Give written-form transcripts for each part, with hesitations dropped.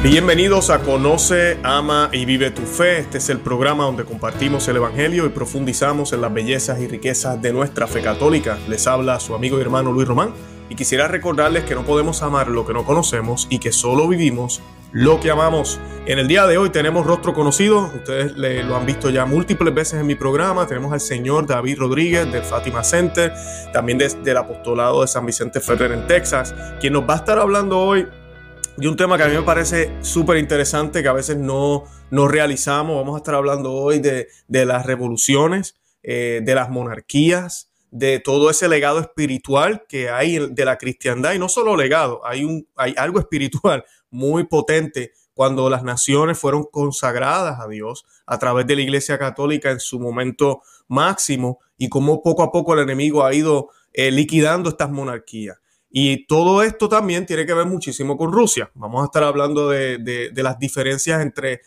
Bienvenidos a Conoce, Ama y Vive tu Fe. Este es el programa donde compartimos el Evangelio y profundizamos en las bellezas y riquezas de nuestra fe católica. Les habla su amigo y hermano Luis Román y quisiera recordarles que no podemos amar lo que no conocemos y que solo vivimos lo que amamos. En el día de hoy tenemos rostro conocido, ustedes lo han visto ya múltiples veces en mi programa. Tenemos al señor David Rodríguez del Fátima Center, también del apostolado de San Vicente Ferrer en Texas, quien nos va a estar hablando hoy de un tema que a mí me parece súper interesante, que a veces no realizamos. Vamos a estar hablando hoy de las revoluciones, de las monarquías, de todo ese legado espiritual que hay de la cristiandad. Y no solo legado, hay algo espiritual muy potente cuando las naciones fueron consagradas a Dios a través de la Iglesia Católica en su momento máximo, y cómo poco a poco el enemigo ha ido liquidando estas monarquías. Y todo esto también tiene que ver muchísimo con Rusia. Vamos a estar hablando de las diferencias entre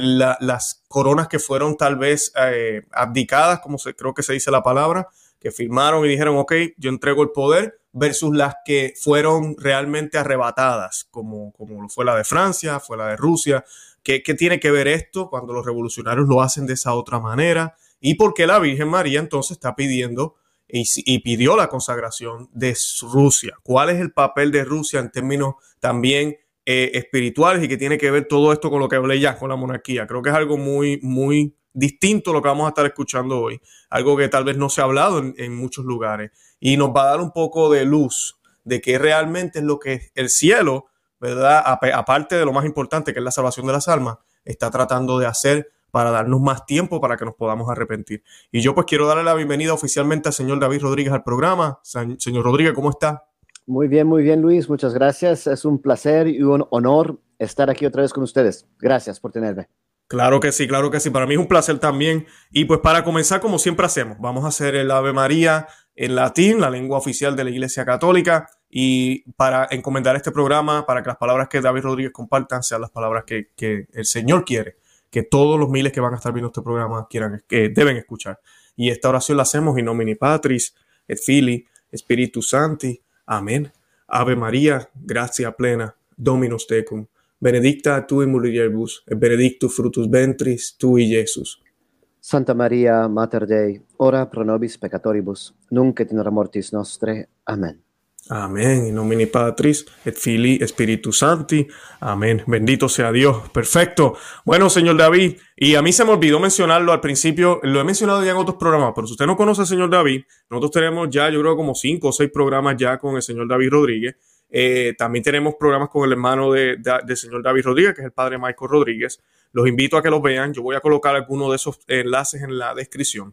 las coronas que fueron tal vez abdicadas, creo que se dice la palabra, que firmaron y dijeron, ok, yo entrego el poder, versus las que fueron realmente arrebatadas, como fue la de Francia, fue la de Rusia. ¿Qué tiene que ver esto cuando los revolucionarios lo hacen de esa otra manera? ¿Y por qué la Virgen María entonces está pidiendo y pidió la consagración de Rusia? ¿Cuál es el papel de Rusia en términos también espirituales, y que tiene que ver todo esto con lo que hablé ya, con la monarquía? Creo que es algo muy, muy distinto lo que vamos a estar escuchando hoy, algo que tal vez no se ha hablado en muchos lugares, y nos va a dar un poco de luz de qué realmente es lo que el cielo, ¿verdad? Aparte de lo más importante, que es la salvación de las almas, está tratando de hacer para darnos más tiempo para que nos podamos arrepentir. Y yo pues quiero darle la bienvenida oficialmente al señor David Rodríguez al programa. Señor Rodríguez, ¿cómo está? Muy bien, Luis. Muchas gracias. Es un placer y un honor estar aquí otra vez con ustedes. Gracias por tenerme. Claro que sí, claro que sí. Para mí es un placer también. Y pues para comenzar, como siempre hacemos, vamos a hacer el Ave María en latín, la lengua oficial de la Iglesia Católica, y para encomendar este programa, para que las palabras que David Rodríguez compartan sean las palabras que el Señor quiere que todos los miles que van a estar viendo este programa deben escuchar. Y esta oración la hacemos in nomine Patris, et Filii, Spiritus Sancti. Amén. Ave María, gratia plena, Dominus tecum, benedicta tu in mulieribus, et benedictus fructus ventris tui, Iesus. Santa Maria, Mater Dei, ora pro nobis peccatoribus, nunc et in hora mortis nostre. Amén. Amén. In nomine Patris, et Filii, Spiritus Sancti. Amén. Bendito sea Dios. Perfecto. Bueno, señor David, y a mí se me olvidó mencionarlo al principio, lo he mencionado ya en otros programas, pero si usted no conoce al señor David, nosotros tenemos ya, yo creo, como 5 o 6 programas ya con el señor David Rodríguez. También tenemos programas con el hermano del señor David Rodríguez, que es el padre Michael Rodríguez. Los invito a que los vean. Yo voy a colocar algunos de esos enlaces en la descripción.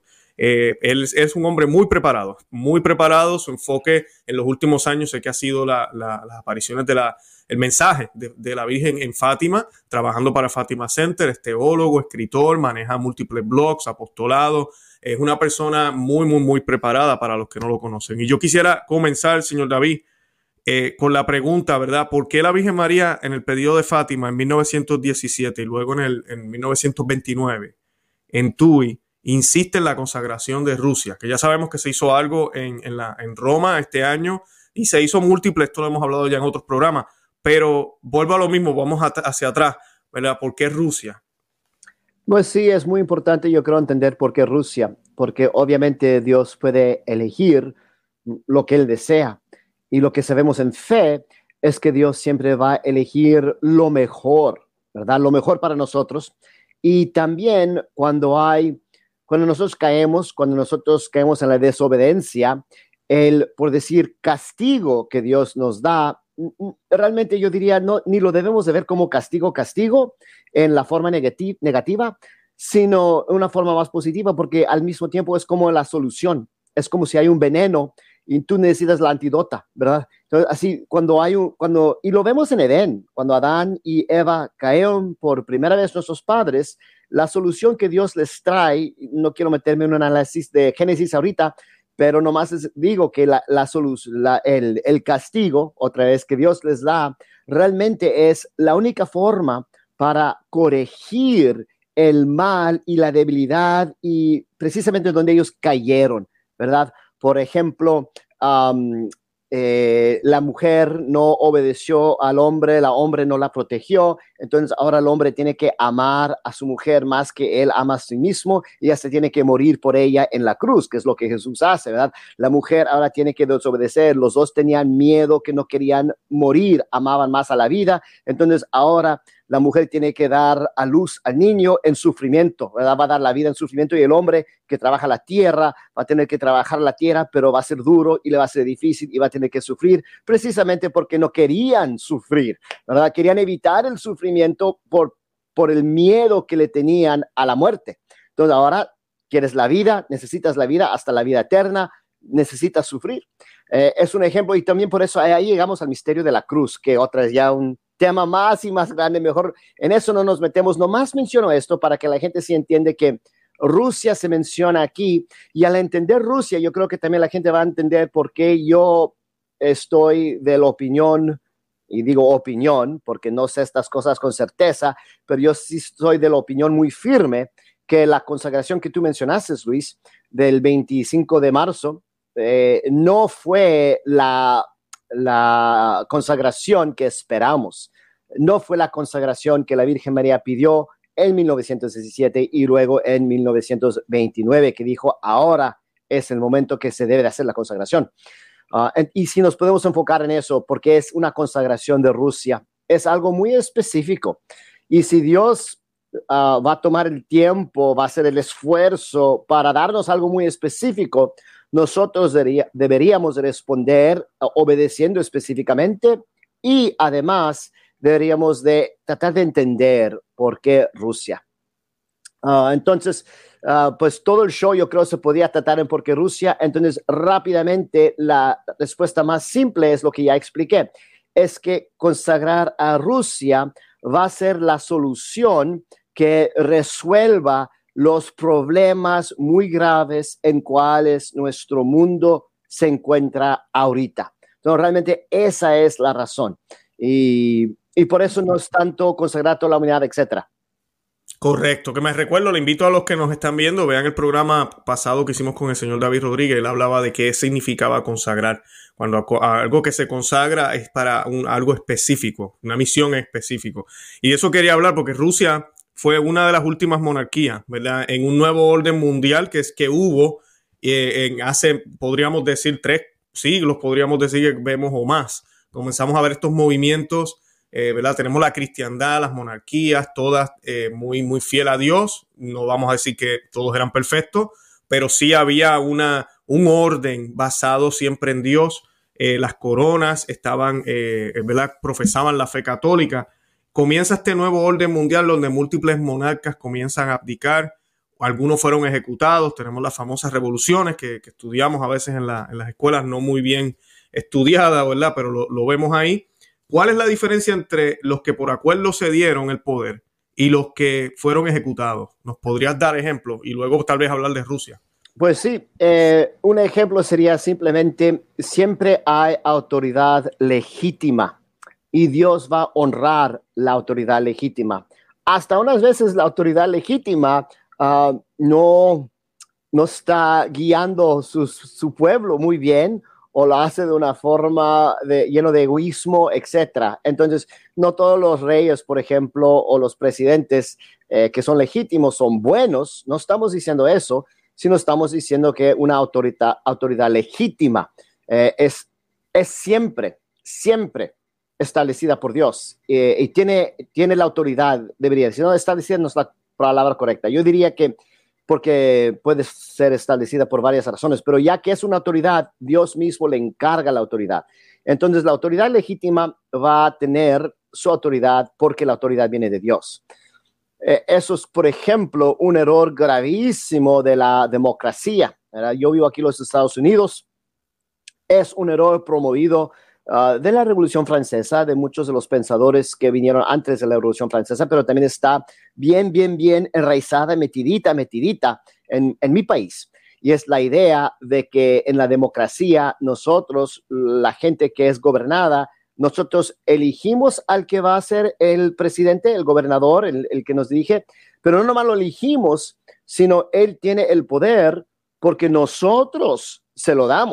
Él es un hombre muy preparado. Su enfoque en los últimos años sé que ha sido las apariciones el mensaje de la Virgen en Fátima, trabajando para Fátima Center. Es teólogo, escritor, maneja múltiples blogs, apostolado. Es una persona muy, muy, muy preparada para los que no lo conocen. Y yo quisiera comenzar, señor David, con la pregunta, ¿verdad? ¿Por qué la Virgen María en el periodo de Fátima en 1917 y luego en 1929 en Tui insiste en la consagración de Rusia? Que ya sabemos que se hizo algo en Roma este año y se hizo múltiple, esto lo hemos hablado ya en otros programas, pero vuelvo a lo mismo, vamos hacia atrás, ¿verdad? ¿Por qué Rusia? Pues sí, es muy importante, yo creo, entender por qué Rusia, porque obviamente Dios puede elegir lo que Él desea, y lo que sabemos en fe es que Dios siempre va a elegir lo mejor, ¿verdad? Lo mejor para nosotros. Y también cuando nosotros caemos en la desobediencia, el, por decir, castigo que Dios nos da, realmente yo diría, no, ni lo debemos de ver como castigo en la forma negativa, sino una forma más positiva, porque al mismo tiempo es como la solución. Es como si hay un veneno y tú necesitas la antidota, ¿verdad? Entonces, así, y lo vemos en Edén, cuando Adán y Eva cayeron por primera vez nuestros padres, la solución que Dios les trae, no quiero meterme en un análisis de Génesis ahorita, pero nomás digo que el castigo, otra vez, que Dios les da, realmente es la única forma para corregir el mal y la debilidad y precisamente donde ellos cayeron, ¿verdad? Por ejemplo, la mujer no obedeció al hombre, la hombre no la protegió, entonces ahora el hombre tiene que amar a su mujer más que él ama a sí mismo y ella se tiene que morir por ella en la cruz, que es lo que Jesús hace, ¿verdad? La mujer ahora tiene que desobedecer, los dos tenían miedo, que no querían morir, amaban más a la vida, entonces ahora la mujer tiene que dar a luz al niño en sufrimiento, ¿verdad? Va a dar la vida en sufrimiento y el hombre que trabaja la tierra va a tener que trabajar la tierra, pero va a ser duro y le va a ser difícil y va a tener que sufrir precisamente porque no querían sufrir, ¿verdad? Querían evitar el sufrimiento por el miedo que le tenían a la muerte. Entonces ahora quieres la vida, necesitas la vida hasta la vida eterna, necesitas sufrir. Es un ejemplo y también por eso ahí llegamos al misterio de la cruz, que otra es ya un tema más y más grande, mejor en eso no nos metemos, nomás menciono esto para que la gente sí entiende que Rusia se menciona aquí y al entender Rusia yo creo que también la gente va a entender por qué yo estoy de la opinión, y digo opinión porque no sé estas cosas con certeza, pero yo sí estoy de la opinión muy firme que la consagración que tú mencionaste, Luis, del 25 de marzo, no fue la consagración que esperamos. No fue la consagración que la Virgen María pidió en 1917 y luego en 1929, que dijo, ahora es el momento que se debe de hacer la consagración. Y si nos podemos enfocar en eso, porque es una consagración de Rusia, es algo muy específico. Y si Dios va a tomar el tiempo, va a hacer el esfuerzo para darnos algo muy específico, nosotros deberíamos responder obedeciendo específicamente y además deberíamos de tratar de entender por qué Rusia. Entonces, pues todo el show yo creo se podía tratar en por qué Rusia. Entonces, rápidamente la respuesta más simple es lo que ya expliqué. Es que consagrar a Rusia va a ser la solución que resuelva los problemas muy graves en cuales nuestro mundo se encuentra ahorita. Entonces, realmente esa es la razón. Y por eso no es tanto consagrar toda la humanidad, etcétera. Correcto, que me recuerdo, le invito a los que nos están viendo, vean el programa pasado que hicimos con el señor David Rodríguez, él hablaba de qué significaba consagrar, cuando algo que se consagra es para algo específico, una misión específica. Y de eso quería hablar porque Rusia fue una de las últimas monarquías, ¿verdad? En un nuevo orden mundial que hubo hace, podríamos decir, 3 siglos, podríamos decir que vemos o más. Comenzamos a ver estos movimientos, ¿verdad? Tenemos la cristiandad, las monarquías, todas muy, muy fiel a Dios. No vamos a decir que todos eran perfectos, pero sí había un orden basado siempre en Dios. Las coronas estaban, ¿verdad? Profesaban la fe católica. Comienza este nuevo orden mundial donde múltiples monarcas comienzan a abdicar. Algunos fueron ejecutados. Tenemos las famosas revoluciones que estudiamos a veces en las escuelas, no muy bien estudiadas, ¿verdad? Pero lo vemos ahí. ¿Cuál es la diferencia entre los que por acuerdo cedieron el poder y los que fueron ejecutados? ¿Nos podrías dar ejemplos? Y luego tal vez hablar de Rusia. Pues sí, un ejemplo sería simplemente, siempre hay autoridad legítima y Dios va a honrar la autoridad legítima. Hasta unas veces la autoridad legítima no está guiando su pueblo muy bien, o lo hace de una forma lleno de egoísmo, etc. Entonces, no todos los reyes, por ejemplo, o los presidentes que son legítimos son buenos. No estamos diciendo eso, sino estamos diciendo que una autoridad legítima es siempre establecida por Dios y tiene la autoridad, debería decir, no, establecida no es la palabra correcta. Yo diría que porque puede ser establecida por varias razones, pero ya que es una autoridad, Dios mismo le encarga la autoridad. Entonces, la autoridad legítima va a tener su autoridad porque la autoridad viene de Dios. Eso es, por ejemplo, un error gravísimo de la democracia, ¿verdad? Yo vivo aquí en los Estados Unidos. Es un error promovido de la Revolución Francesa, de muchos de los pensadores que vinieron antes de la Revolución Francesa, pero también está bien enraizada, metidita en mi país. Y es la idea de que en la democracia nosotros, la gente que es gobernada, nosotros elegimos al que va a ser el presidente, el gobernador, el que nos dirige, pero no nomás lo elegimos, sino él tiene el poder porque nosotros se lo damos.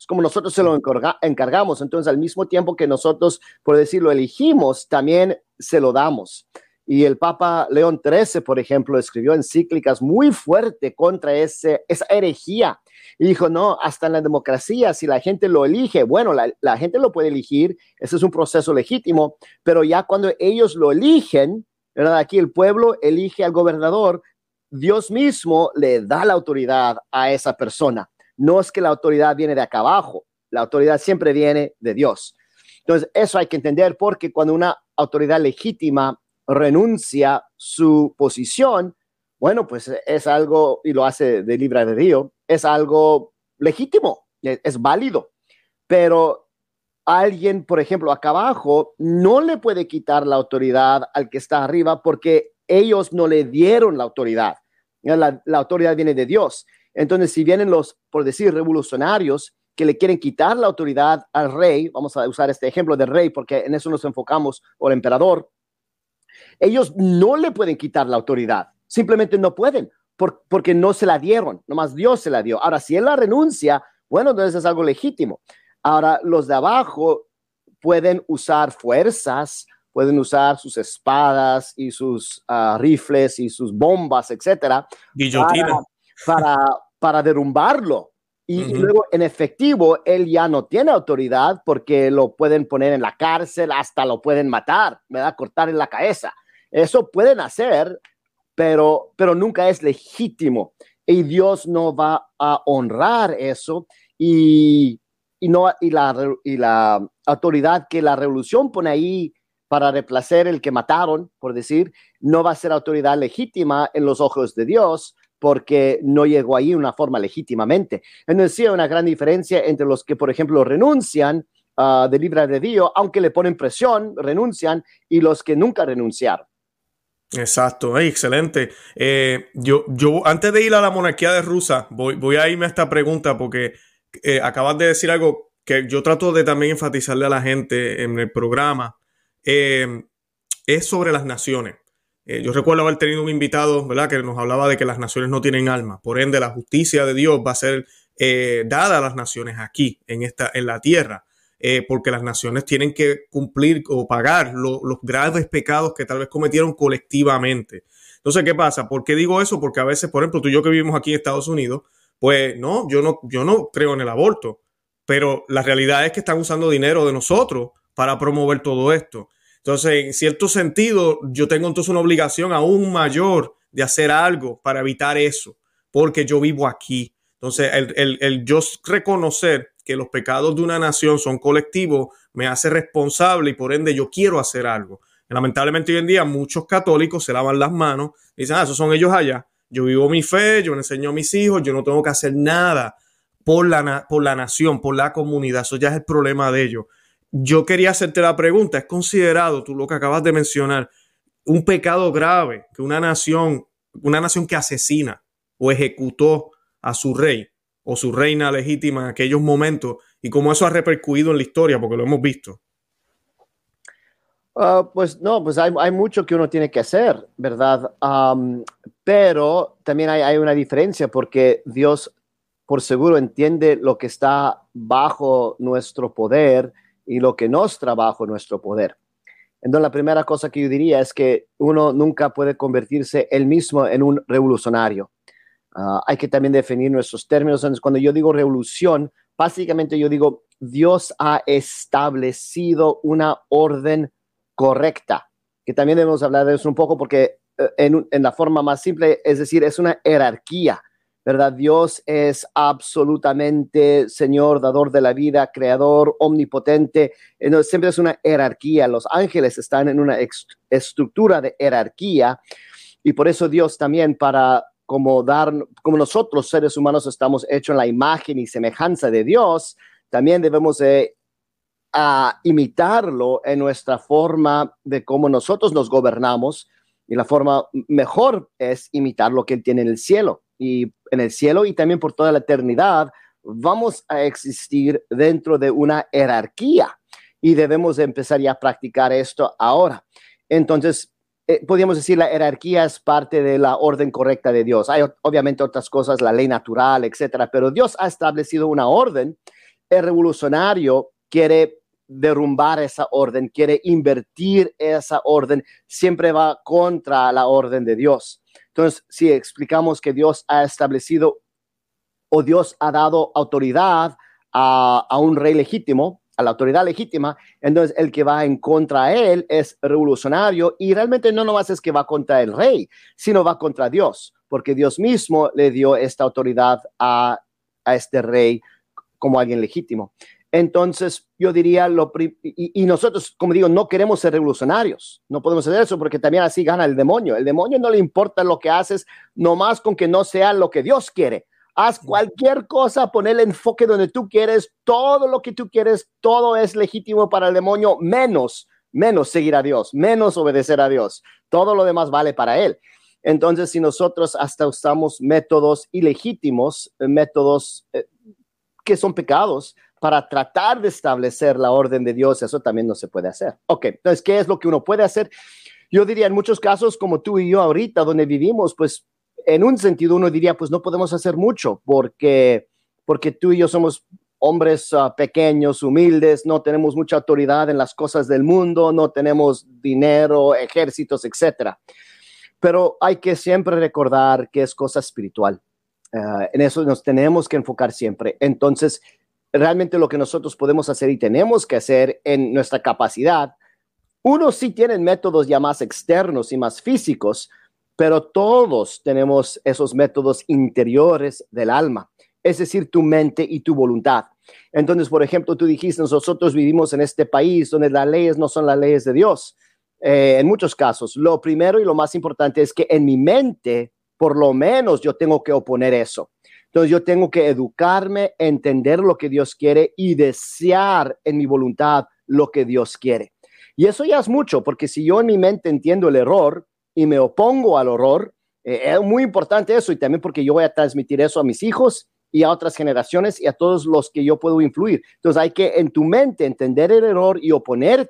Es como nosotros se lo encargamos. Entonces, al mismo tiempo que nosotros, por decirlo, elegimos, también se lo damos. Y el Papa León XIII, por ejemplo, escribió encíclicas muy fuerte contra esa herejía. Y dijo, no, hasta en la democracia, si la gente lo elige, bueno, la gente lo puede elegir, ese es un proceso legítimo, pero ya cuando ellos lo eligen, ¿verdad? Aquí el pueblo elige al gobernador, Dios mismo le da la autoridad a esa persona. No es que la autoridad viene de acá abajo, la autoridad siempre viene de Dios. Entonces, eso hay que entender porque cuando una autoridad legítima renuncia su posición, bueno, pues es algo, y lo hace de libre albedrío, es algo legítimo, es válido, pero alguien, por ejemplo, acá abajo, no le puede quitar la autoridad al que está arriba porque ellos no le dieron la autoridad. La autoridad viene de Dios. Entonces, si vienen los, por decir, revolucionarios que le quieren quitar la autoridad al rey, vamos a usar este ejemplo del rey porque en eso nos enfocamos, o el emperador, ellos no le pueden quitar la autoridad, simplemente no pueden, porque no se la dieron, nomás Dios se la dio. Ahora, si él la renuncia, bueno, entonces es algo legítimo. Ahora, los de abajo pueden usar fuerzas, pueden usar sus espadas y sus rifles y sus bombas, etcétera, Guillotina. para derrumbarlo. Y luego, en efectivo, él ya no tiene autoridad porque lo pueden poner en la cárcel, hasta lo pueden matar, ¿verdad? Cortar en la cabeza. Eso pueden hacer, pero nunca es legítimo. Y Dios no va a honrar eso. Y la autoridad que la revolución pone ahí para reemplazar el que mataron, por decir, no va a ser autoridad legítima en los ojos de Dios, porque no llegó ahí de una forma legítimamente. Entonces sí hay una gran diferencia entre los que, por ejemplo, renuncian de libre albedrío, aunque le ponen presión, renuncian, y los que nunca renunciaron. Exacto, excelente. Yo antes de ir a la monarquía de Rusia, voy a irme a esta pregunta porque acabas de decir algo que yo trato de también enfatizarle a la gente en el programa. Es sobre las naciones. Yo recuerdo haber tenido un invitado, ¿verdad?, que nos hablaba de que las naciones no tienen alma. Por ende, la justicia de Dios va a ser dada a las naciones aquí, en la tierra, porque las naciones tienen que cumplir o pagar los graves pecados que tal vez cometieron colectivamente. Entonces, ¿qué pasa? ¿Por qué digo eso? Porque a veces, por ejemplo, tú y yo que vivimos aquí en Estados Unidos, pues no, yo no creo en el aborto, pero la realidad es que están usando dinero de nosotros para promover todo esto. Entonces, en cierto sentido, yo tengo entonces una obligación aún mayor de hacer algo para evitar eso, porque yo vivo aquí. Entonces, el yo reconocer que los pecados de una nación son colectivos me hace responsable y por ende yo quiero hacer algo. Y lamentablemente hoy en día muchos católicos se lavan las manos y dicen, esos son ellos allá. Yo vivo mi fe, yo le enseño a mis hijos, yo no tengo que hacer nada por la nación, por la comunidad. Eso ya es el problema de ellos. Yo quería hacerte la pregunta, ¿es considerado, tú lo que acabas de mencionar, un pecado grave que una nación que asesina o ejecutó a su rey o su reina legítima en aquellos momentos y cómo eso ha repercutido en la historia, porque lo hemos visto? Pues no, pues hay mucho que uno tiene que hacer, ¿verdad? Pero también hay una diferencia porque Dios por seguro entiende lo que está bajo nuestro poder y lo que no está bajo nuestro poder. Entonces, la primera cosa que yo diría es que uno nunca puede convertirse él mismo en un revolucionario. Hay que también definir nuestros términos. Entonces, cuando yo digo revolución, básicamente yo digo, Dios ha establecido una orden correcta, que también debemos hablar de eso un poco porque en la forma más simple, es decir, es una jerarquía, ¿verdad? Dios es absolutamente Señor, dador de la vida, creador, omnipotente. Entonces, siempre es una jerarquía. Los ángeles están en una estructura de jerarquía y por eso Dios también como nosotros seres humanos estamos hechos en la imagen y semejanza de Dios, también debemos imitarlo en nuestra forma de cómo nosotros nos gobernamos, y la forma mejor es imitar lo que Él tiene en el cielo. Y en el cielo y también por toda la eternidad vamos a existir dentro de una jerarquía y debemos empezar ya a practicar esto ahora. Entonces, podríamos decir la jerarquía es parte de la orden correcta de Dios. Hay obviamente otras cosas, la ley natural, etcétera, pero Dios ha establecido una orden el revolucionario quiere derrumbar esa orden, quiere invertir esa orden, siempre va contra la orden de Dios. Entonces, si explicamos que Dios ha establecido o Dios ha dado autoridad a un rey legítimo, a la autoridad legítima, entonces el que va en contra de él es revolucionario, y realmente no nomás es que va contra el rey, sino va contra Dios, porque Dios mismo le dio esta autoridad a este rey como alguien legítimo. Entonces, yo diría, y nosotros, como digo, no queremos ser revolucionarios. No podemos hacer eso porque también así gana el demonio. El demonio no le importa lo que haces, nomás con que no sea lo que Dios quiere. Haz cualquier cosa, pon el enfoque donde tú quieres, todo lo que tú quieres, todo es legítimo para el demonio, menos seguir a Dios, menos obedecer a Dios. Todo lo demás vale para él. Entonces, si nosotros hasta usamos métodos ilegítimos, métodos que son pecados, para tratar de establecer la orden de Dios, eso también no se puede hacer. Ok, entonces, ¿qué es lo que uno puede hacer? Yo diría, en muchos casos, como tú y yo ahorita, donde vivimos, pues, en un sentido uno diría, pues, no podemos hacer mucho, porque tú y yo somos hombres pequeños, humildes, no tenemos mucha autoridad en las cosas del mundo, no tenemos dinero, ejércitos, etcétera. Pero hay que siempre recordar que es cosa espiritual. En eso nos tenemos que enfocar siempre. Entonces, realmente lo que nosotros podemos hacer y tenemos que hacer en nuestra capacidad, unos sí tienen métodos ya más externos y más físicos, pero todos tenemos esos métodos interiores del alma, es decir, tu mente y tu voluntad. Entonces, por ejemplo, tú dijiste, nosotros vivimos en este país donde las leyes no son las leyes de Dios. En muchos casos, lo primero y lo más importante es que en mi mente, por lo menos yo tengo que oponer eso. Entonces yo tengo que educarme, entender lo que Dios quiere y desear en mi voluntad lo que Dios quiere. Y eso ya es mucho, porque si yo en mi mente entiendo el error y me opongo al error, es muy importante eso, y también porque yo voy a transmitir eso a mis hijos y a otras generaciones y a todos los que yo puedo influir. Entonces hay que en tu mente entender el error y oponer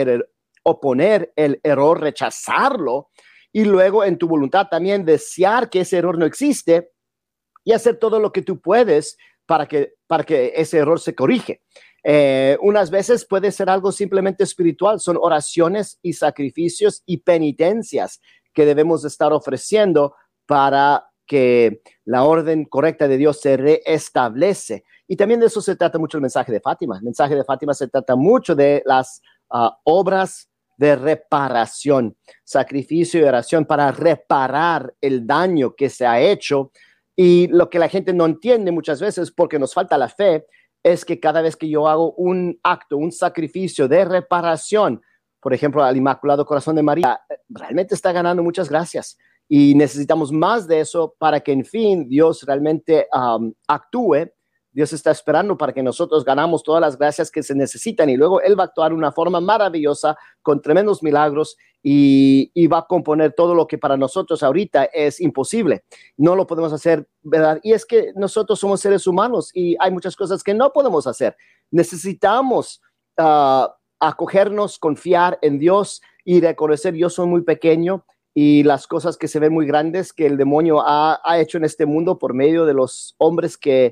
el error, rechazarlo, y luego en tu voluntad también desear que ese error no existe y hacer todo lo que tú puedes para que ese error se corrige. Unas veces puede ser algo simplemente espiritual, son oraciones y sacrificios y penitencias que debemos estar ofreciendo para que la orden correcta de Dios se reestablece. Y también de eso se trata mucho el mensaje de Fátima. El mensaje de Fátima se trata mucho de las obras de reparación, sacrificio y oración para reparar el daño que se ha hecho. Y lo que la gente no entiende muchas veces, porque nos falta la fe, es que cada vez que yo hago un acto, un sacrificio de reparación, por ejemplo, al Inmaculado Corazón de María, realmente está ganando muchas gracias. Y necesitamos más de eso para que, en fin, Dios realmente actúe. Dios está esperando para que nosotros ganamos todas las gracias que se necesitan, y luego Él va a actuar de una forma maravillosa con tremendos milagros y va a componer todo lo que para nosotros ahorita es imposible. No lo podemos hacer, ¿verdad? Y es que nosotros somos seres humanos y hay muchas cosas que no podemos hacer. Necesitamos acogernos, confiar en Dios y reconocer: yo soy muy pequeño, y las cosas que se ven muy grandes que el demonio ha hecho en este mundo por medio de los hombres que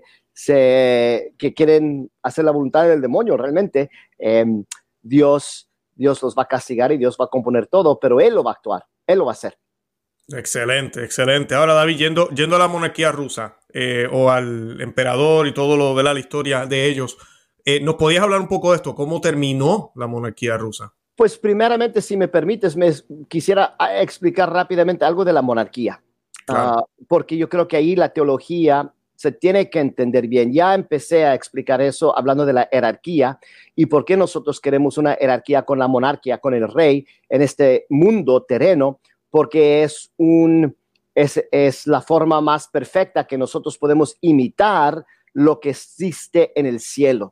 quieren hacer la voluntad del demonio, realmente Dios los va a castigar y Dios va a componer todo, pero Él lo va a actuar, Él lo va a hacer. Excelente, excelente. Ahora, David, yendo a la monarquía rusa o al emperador y todo lo de la historia de ellos, ¿nos podías hablar un poco de esto? ¿Cómo terminó la monarquía rusa? Pues primeramente, si me permites, quisiera explicar rápidamente algo de la monarquía, Claro. porque yo creo que ahí la teología se tiene que entender bien. Ya empecé a explicar eso hablando de la jerarquía y por qué nosotros queremos una jerarquía con la monarquía, con el rey en este mundo terreno, porque es la forma más perfecta que nosotros podemos imitar lo que existe en el cielo.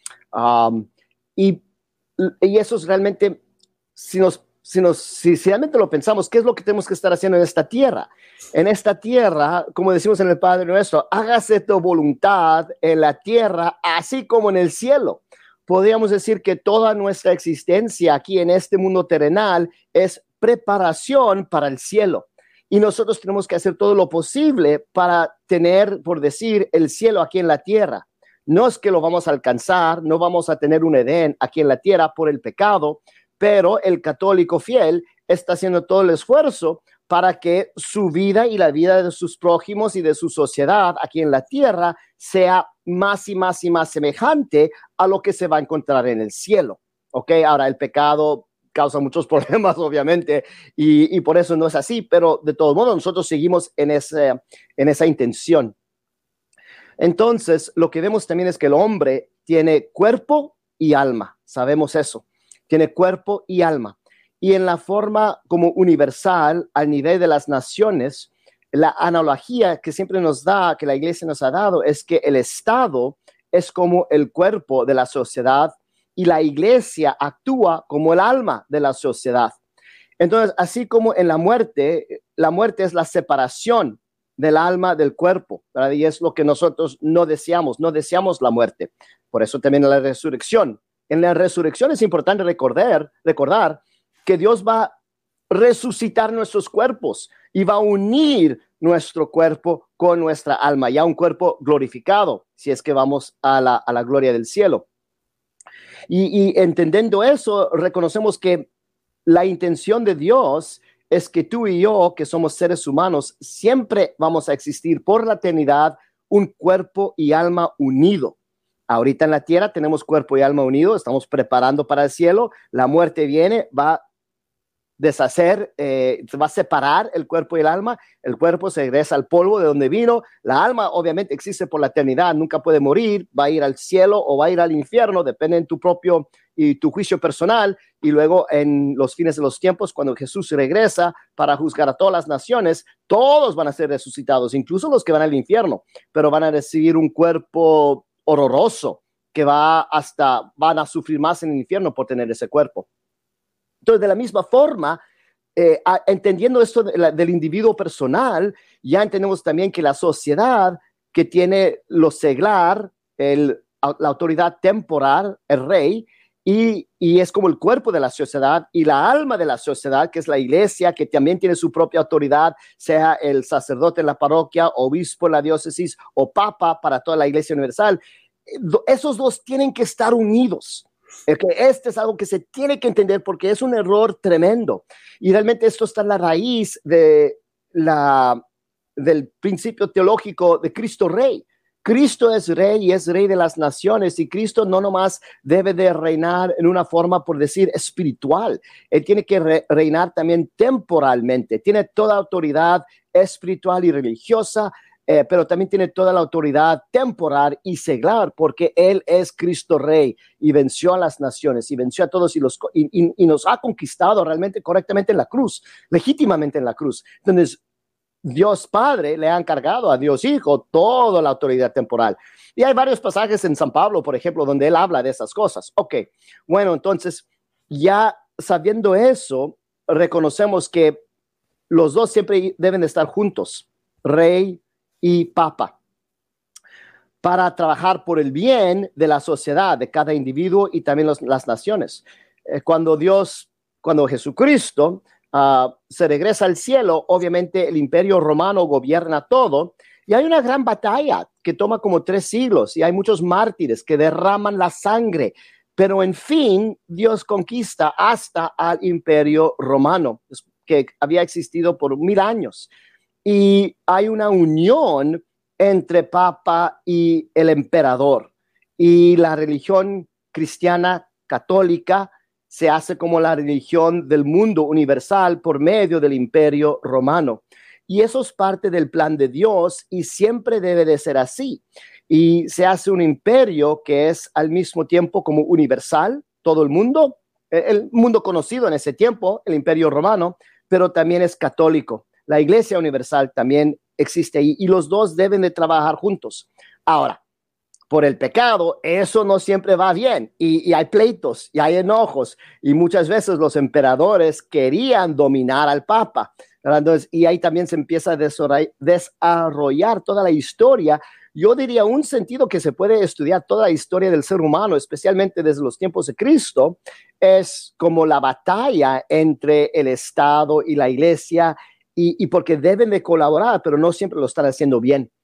Y eso es realmente, si realmente lo pensamos, ¿qué es lo que tenemos que estar haciendo en esta tierra? En esta tierra, como decimos en el Padre Nuestro, hágase tu voluntad en la tierra, así como en el cielo. Podríamos decir que toda nuestra existencia aquí en este mundo terrenal es preparación para el cielo. Y nosotros tenemos que hacer todo lo posible para tener, por decir, el cielo aquí en la tierra. No es que lo vamos a alcanzar, no vamos a tener un Edén aquí en la tierra por el pecado, pero el católico fiel está haciendo todo el esfuerzo para que su vida y la vida de sus prójimos y de su sociedad aquí en la tierra sea más y más y más semejante a lo que se va a encontrar en el cielo. ¿Ok? Ahora, el pecado causa muchos problemas, obviamente, y por eso no es así, pero de todo modo nosotros seguimos en esa intención. Entonces, lo que vemos también es que el hombre tiene cuerpo y alma, sabemos eso, tiene cuerpo y alma. Y en la forma como universal, al nivel de las naciones, la analogía que siempre nos da, que la iglesia nos ha dado, es que el Estado es como el cuerpo de la sociedad y la iglesia actúa como el alma de la sociedad. Entonces, así como en la muerte es la separación del alma del cuerpo, ¿verdad? Y es lo que nosotros no deseamos la muerte. Por eso también la resurrección. En la resurrección es importante recordar que Dios va a resucitar nuestros cuerpos y va a unir nuestro cuerpo con nuestra alma, ya un cuerpo glorificado, si es que vamos a la gloria del cielo. Y entendiendo eso, reconocemos que la intención de Dios es que tú y yo, que somos seres humanos, siempre vamos a existir por la eternidad, un cuerpo y alma unido. Ahorita en la tierra tenemos cuerpo y alma unido, estamos preparando para el cielo, la muerte viene, va a deshacer, va a separar el cuerpo y el alma, el cuerpo se regresa al polvo de donde vino, la alma obviamente existe por la eternidad, nunca puede morir, va a ir al cielo o va a ir al infierno, depende de tu propio y tu juicio personal, y luego en los fines de los tiempos, cuando Jesús regresa para juzgar a todas las naciones, todos van a ser resucitados, incluso los que van al infierno, pero van a recibir un cuerpo horroroso que van a sufrir más en el infierno por tener ese cuerpo. Entonces, de la misma forma, entendiendo esto del individuo personal, ya entendemos también que la sociedad que tiene lo seglar, la autoridad temporal, el rey, y es como el cuerpo de la sociedad y la alma de la sociedad, que es la iglesia, que también tiene su propia autoridad, sea el sacerdote en la parroquia, obispo en la diócesis o papa para toda la iglesia universal. Esos dos tienen que estar unidos. Este es algo que se tiene que entender porque es un error tremendo. Y realmente esto está en la raíz del principio teológico de Cristo Rey. Cristo es rey y es rey de las naciones, y Cristo no nomás debe de reinar en una forma, por decir, espiritual. Él tiene que reinar también temporalmente. Tiene toda autoridad espiritual y religiosa, pero también tiene toda la autoridad temporal y seglar, porque Él es Cristo Rey y venció a las naciones y venció a todos y nos ha conquistado realmente correctamente en la cruz, legítimamente en la cruz. Entonces, Dios Padre le ha encargado a Dios Hijo toda la autoridad temporal. Y hay varios pasajes en San Pablo, por ejemplo, donde él habla de esas cosas. Ok, bueno, entonces, ya sabiendo eso, reconocemos que los dos siempre deben estar juntos, Rey y Papa, para trabajar por el bien de la sociedad, de cada individuo y también las naciones. Cuando Jesucristo se regresa al cielo, obviamente el imperio romano gobierna todo, y hay una gran batalla que toma como 3 siglos, y hay muchos mártires que derraman la sangre, pero en fin, Dios conquista hasta al imperio romano, que había existido por 1000 años. Y hay una unión entre Papa y el emperador, y la religión cristiana católica se hace como la religión del mundo universal por medio del imperio romano. Y eso es parte del plan de Dios y siempre debe de ser así. Y se hace un imperio que es al mismo tiempo como universal, todo el mundo conocido en ese tiempo, el imperio romano, pero también es católico. La iglesia universal también existe ahí y los dos deben de trabajar juntos. Ahora, por el pecado, eso no siempre va bien y hay pleitos y hay enojos y muchas veces los emperadores querían dominar al Papa. Entonces, y ahí también se empieza a desarrollar toda la historia. Yo diría un sentido que se puede estudiar toda la historia del ser humano, especialmente desde los tiempos de Cristo, es como la batalla entre el Estado y la iglesia y porque deben de colaborar, pero no siempre lo están haciendo bien.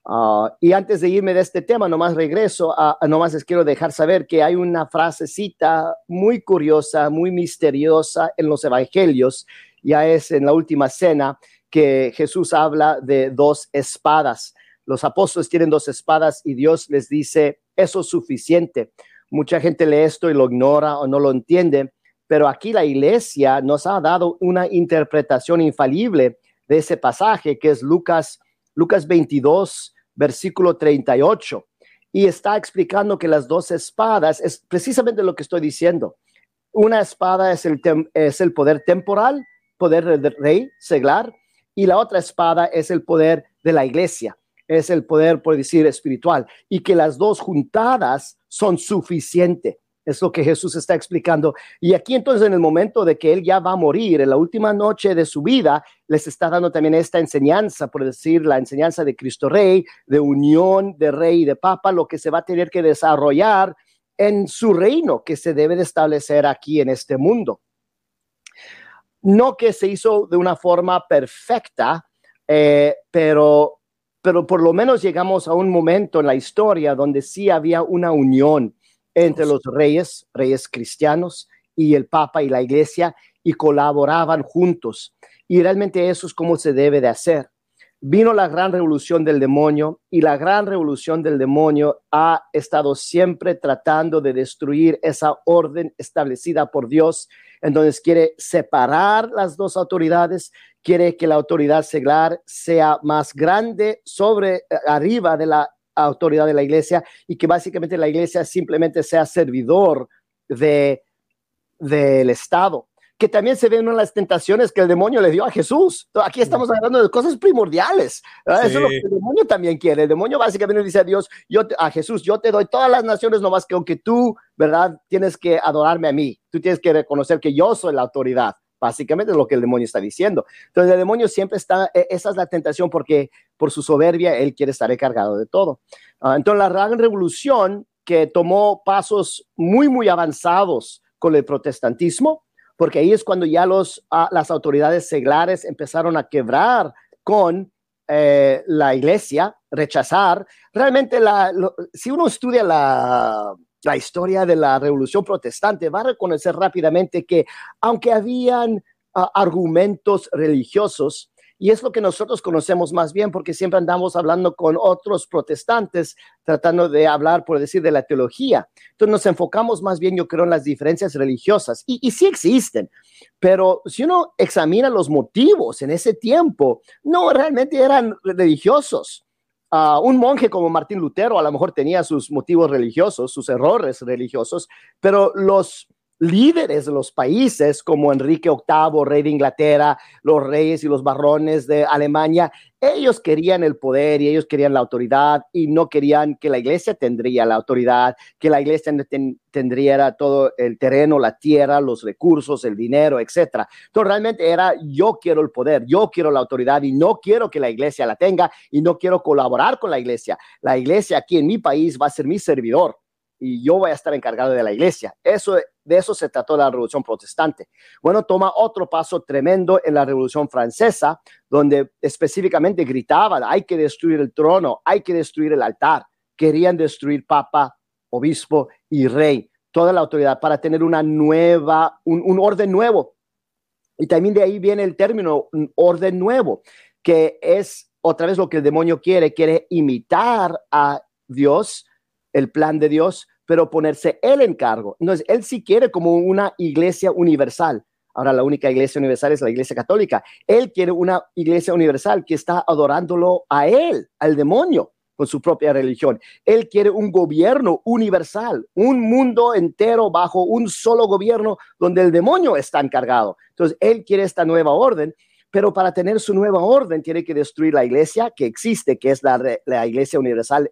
Y antes de irme de este tema, nomás regreso, nomás les quiero dejar saber que hay una frasecita muy curiosa, muy misteriosa en los evangelios, ya es en la última cena, que Jesús habla de dos espadas. Los apóstoles tienen dos espadas y Dios les dice, eso es suficiente. Mucha gente lee esto y lo ignora o no lo entiende, pero aquí la iglesia nos ha dado una interpretación infalible de ese pasaje, que es Lucas 22, versículo 38, y está explicando que las dos espadas es precisamente lo que estoy diciendo. Una espada es el poder temporal, poder del rey, seglar, y la otra espada es el poder de la iglesia, es el poder, por decir, espiritual, y que las dos juntadas son suficientes. Es lo que Jesús está explicando. Y aquí entonces, en el momento de que él ya va a morir, en la última noche de su vida, les está dando también esta enseñanza, por decir, la enseñanza de Cristo Rey, de unión de rey y de papa, lo que se va a tener que desarrollar en su reino, que se debe de establecer aquí en este mundo. No que se hizo de una forma perfecta, pero por lo menos llegamos a un momento en la historia donde sí había una unión entre los reyes cristianos y el Papa y la iglesia, y colaboraban juntos. Y realmente eso es como se debe de hacer. Vino la gran revolución del demonio, y la gran revolución del demonio ha estado siempre tratando de destruir esa orden establecida por Dios. Entonces quiere separar las dos autoridades, quiere que la autoridad seglar sea más grande arriba de la autoridad de la iglesia, y que básicamente la iglesia simplemente sea servidor del Estado, que también se ven en una de las tentaciones que el demonio le dio a Jesús. Aquí estamos hablando de cosas primordiales. Sí. Eso es lo que el demonio también quiere. El demonio básicamente dice a Dios, a Jesús, yo te doy todas las naciones, nomás que aunque tú, ¿verdad?, tienes que adorarme a mí. Tú tienes que reconocer que yo soy la autoridad. Básicamente es lo que el demonio está diciendo. Entonces el demonio siempre está, esa es la tentación, porque por su soberbia él quiere estar encargado de todo. Entonces la gran revolución, que tomó pasos muy, muy avanzados con el protestantismo, porque ahí es cuando ya las autoridades seglares empezaron a quebrar con la iglesia, rechazar. Realmente, si uno estudia la historia de la revolución protestante, va a reconocer rápidamente que aunque habían argumentos religiosos, y es lo que nosotros conocemos más bien, porque siempre andamos hablando con otros protestantes, tratando de hablar, por decir, de la teología. Entonces nos enfocamos más bien, yo creo, en las diferencias religiosas, y sí existen, pero si uno examina los motivos en ese tiempo, no realmente eran religiosos. Un monje como Martín Lutero a lo mejor tenía sus motivos religiosos, sus errores religiosos, pero los líderes de los países como Enrique VIII, rey de Inglaterra, los reyes y los barones de Alemania, ellos querían el poder y ellos querían la autoridad, y no querían que la iglesia tendría la autoridad, que la iglesia tendría todo el terreno, la tierra, los recursos, el dinero, etcétera. Entonces realmente era, yo quiero el poder, yo quiero la autoridad, y no quiero que la iglesia la tenga, y no quiero colaborar con la iglesia. La iglesia aquí en mi país va a ser mi servidor, y yo voy a estar encargado de la iglesia. De eso se trató la Revolución Protestante. Bueno, toma otro paso tremendo en la Revolución Francesa, donde específicamente gritaban, hay que destruir el trono, hay que destruir el altar. Querían destruir papa, obispo y rey, toda la autoridad, para tener un orden nuevo. Y también de ahí viene el término un orden nuevo, que es otra vez lo que el demonio quiere imitar a Dios, el plan de Dios, pero ponerse él en cargo. Entonces, él sí quiere como una iglesia universal. Ahora, la única iglesia universal es la iglesia católica. Él quiere una iglesia universal que está adorándolo a él, al demonio, con su propia religión. Él quiere un gobierno universal, un mundo entero bajo un solo gobierno donde el demonio está encargado. Entonces, él quiere esta nueva orden, pero para tener su nueva orden tiene que destruir la iglesia que existe, que es la iglesia universal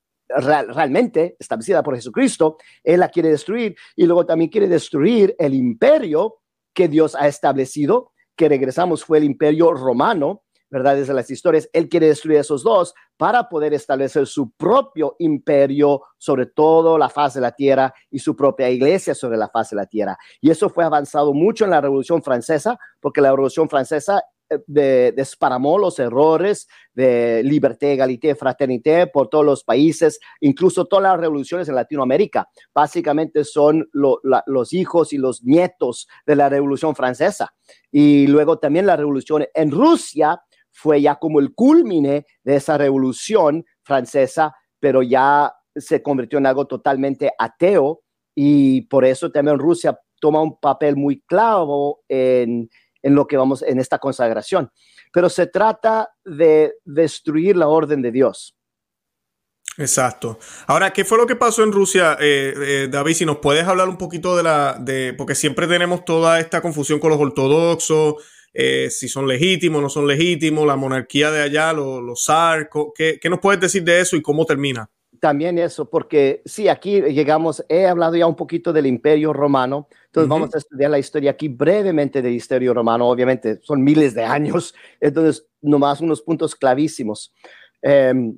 realmente establecida por Jesucristo. Él la quiere destruir, y luego también quiere destruir el imperio que Dios ha establecido, que regresamos fue el imperio romano, ¿verdad? Desde las historias, él quiere destruir esos dos para poder establecer su propio imperio sobre toda la faz de la tierra, y su propia iglesia sobre la faz de la tierra. Y eso fue avanzado mucho en la Revolución Francesa, porque la Revolución Francesa desparramó los errores de liberté, égalité, fraternité por todos los países, incluso todas las revoluciones en Latinoamérica. Básicamente son los hijos y los nietos de la Revolución Francesa. Y luego también la revolución en Rusia fue ya como el culmine de esa revolución francesa, pero ya se convirtió en algo totalmente ateo, y por eso también Rusia toma un papel muy clave en lo que vamos en esta consagración. Pero se trata de destruir la orden de Dios. Exacto. Ahora, ¿qué fue lo que pasó en Rusia, David? Si nos puedes hablar un poquito porque siempre tenemos toda esta confusión con los ortodoxos, si son legítimos o no son legítimos, la monarquía de allá, los zar, ¿qué nos puedes decir de eso y cómo termina? También eso, porque sí, aquí llegamos, he hablado ya un poquito del Imperio Romano, entonces vamos a estudiar la historia aquí brevemente del Imperio Romano. Obviamente son miles de años, entonces nomás unos puntos clavísimos. El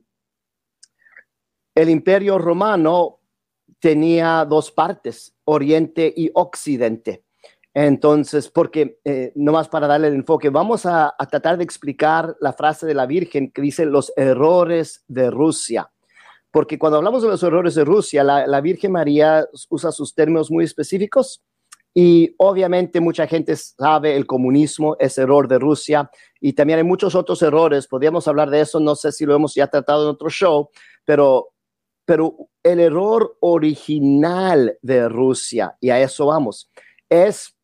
Imperio Romano tenía dos partes, Oriente y Occidente. Entonces, porque nomás para darle el enfoque, vamos a tratar de explicar la frase de la Virgen que dice los errores de Rusia. Porque cuando hablamos de los errores de Rusia, la Virgen María usa sus términos muy específicos, y obviamente mucha gente sabe el comunismo es error de Rusia, y también hay muchos otros errores. Podríamos hablar de eso, no sé si lo hemos ya tratado en otro show, pero el error original de Rusia, y a eso vamos, es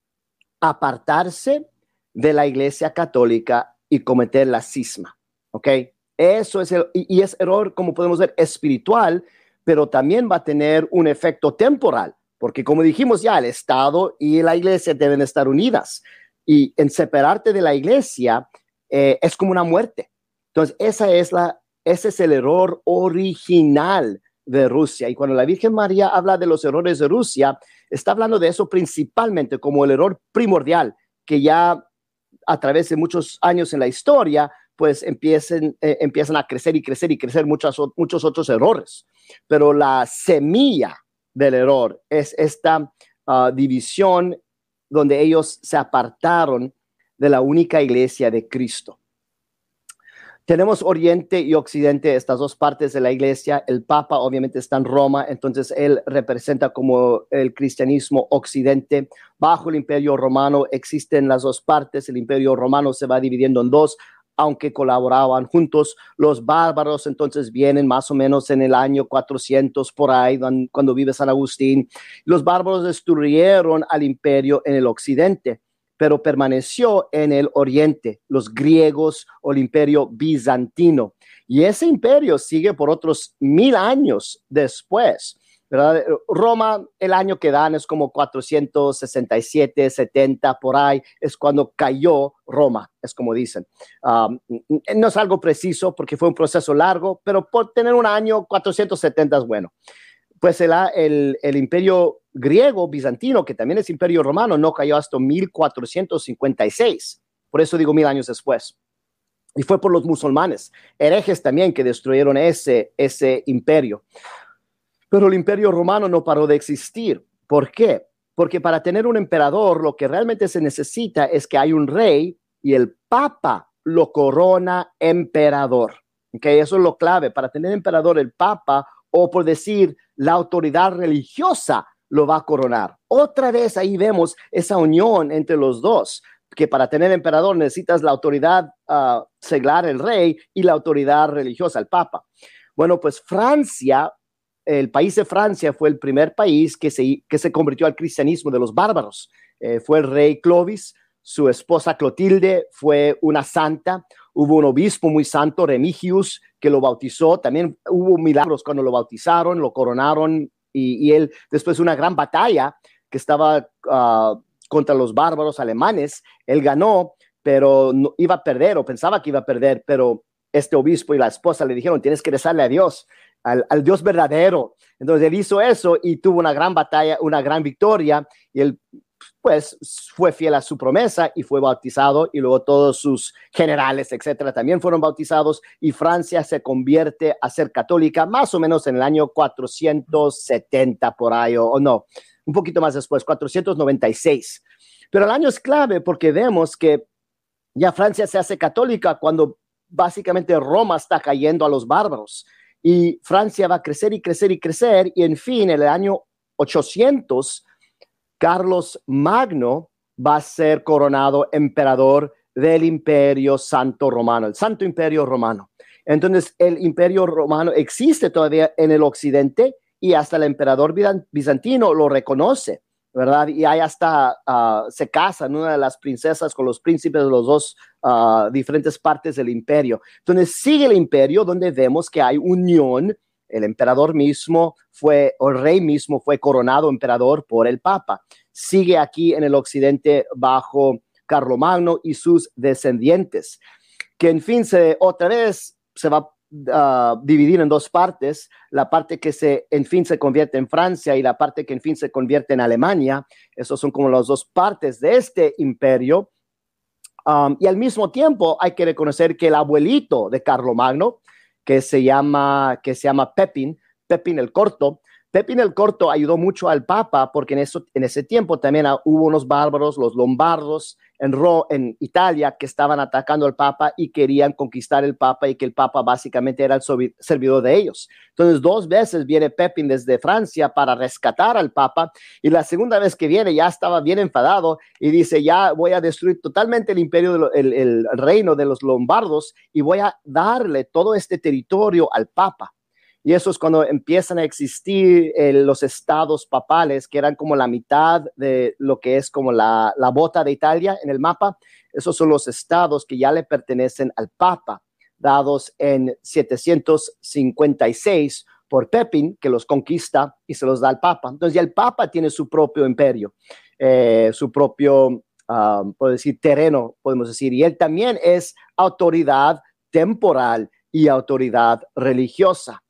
apartarse de la Iglesia Católica y cometer la cisma, ¿ok? Eso es y es error, como podemos ver, espiritual, pero también va a tener un efecto temporal, porque como dijimos ya, el Estado y la Iglesia deben estar unidas, y en separarte de la Iglesia es como una muerte. Entonces, ese es el error original de Rusia. Y cuando la Virgen María habla de los errores de Rusia, está hablando de eso principalmente como el error primordial, que ya a través de muchos años en la historia, pues empiezan a crecer y crecer y crecer muchos otros errores. Pero la semilla del error es esta división donde ellos se apartaron de la única iglesia de Cristo. Tenemos Oriente y Occidente, estas dos partes de la iglesia. El Papa obviamente está en Roma, entonces él representa como el cristianismo occidente. Bajo el Imperio Romano existen las dos partes. El Imperio Romano se va dividiendo en dos, aunque colaboraban juntos. Los bárbaros entonces vienen más o menos en el año 400 por ahí, cuando vive San Agustín. Los bárbaros destruyeron al imperio en el occidente, pero permaneció en el oriente, los griegos o el imperio bizantino. Y ese imperio sigue por otros 1000 años después, ¿verdad? Roma, el año que dan es como 467, 70, por ahí, es cuando cayó Roma, es como dicen. No es algo preciso porque fue un proceso largo, pero por tener un año, 470 es bueno. Pues el imperio griego bizantino, que también es imperio romano, no cayó hasta 1456. Por eso digo 1000 años después. Y fue por los musulmanes, herejes también, que destruyeron ese imperio. Pero el imperio romano no paró de existir. ¿Por qué? Porque para tener un emperador, lo que realmente se necesita es que hay un rey y el papa lo corona emperador. ¿Okay? Eso es lo clave. Para tener emperador, el papa, o por decir, la autoridad religiosa lo va a coronar. Otra vez ahí vemos esa unión entre los dos, que para tener emperador necesitas la autoridad seglar, el rey, y la autoridad religiosa, el papa. Bueno, pues Francia, el país de Francia fue el primer país que se convirtió al cristianismo de los bárbaros. Fue el rey Clovis, su esposa Clotilde fue una santa. Hubo un obispo muy santo, Remigius, que lo bautizó. También hubo milagros cuando lo bautizaron, lo coronaron, y él, después de una gran batalla que estaba contra los bárbaros alemanes, él ganó, pero no, iba a perder, o pensaba que iba a perder, pero este obispo y la esposa le dijeron, tienes que rezarle a Dios, al Dios verdadero. Entonces él hizo eso y tuvo una gran batalla, una gran victoria, y él pues fue fiel a su promesa y fue bautizado, y luego todos sus generales, etcétera, también fueron bautizados, y Francia se convierte a ser católica más o menos en el año 470 por ahí, o no, un poquito más después, 496. Pero el año es clave porque vemos que Ya Francia se hace católica cuando básicamente Roma está cayendo a los bárbaros. Y Francia va a crecer y crecer y crecer. Y en fin, en el año 800, Carlos Magno va a ser coronado emperador del Imperio Santo Romano, el Santo Imperio Romano. Entonces, el Imperio Romano existe todavía en el occidente y hasta el emperador bizantino lo reconoce, ¿verdad? Y ahí hasta se casan una de las princesas con los príncipes de los dos diferentes partes del imperio. Entonces, sigue el imperio donde vemos que hay unión. El emperador mismo fue, o el rey mismo fue coronado emperador por el papa. Sigue aquí en el occidente bajo Carlomagno y sus descendientes, que en fin otra vez se va a dividir en dos partes, la parte que en fin se convierte en Francia y la parte que en fin se convierte en Alemania. Esos son como las dos partes de este imperio. Y al mismo tiempo hay que reconocer que el abuelito de Carlomagno, que se llama Pepín el Corto. Pepín el Corto ayudó mucho al Papa porque en ese tiempo también hubo unos bárbaros, los lombardos, en Italia, que estaban atacando al Papa y querían conquistar el Papa y que el Papa básicamente era el servidor de ellos. Entonces, 2 veces viene Pepín desde Francia para rescatar al Papa y la segunda vez que viene ya estaba bien enfadado y dice, ya voy a destruir totalmente el imperio, el reino de los lombardos y voy a darle todo este territorio al Papa. Y eso es cuando empiezan a existir los estados papales, que eran como la mitad de lo que es como la bota de Italia en el mapa. Esos son los estados que ya le pertenecen al Papa, dados en 756 por Pepín, que los conquista y se los da al Papa. Entonces ya el Papa tiene su propio imperio, su propio, puedo decir, terreno, podemos decir. Y él también es autoridad temporal y autoridad religiosa.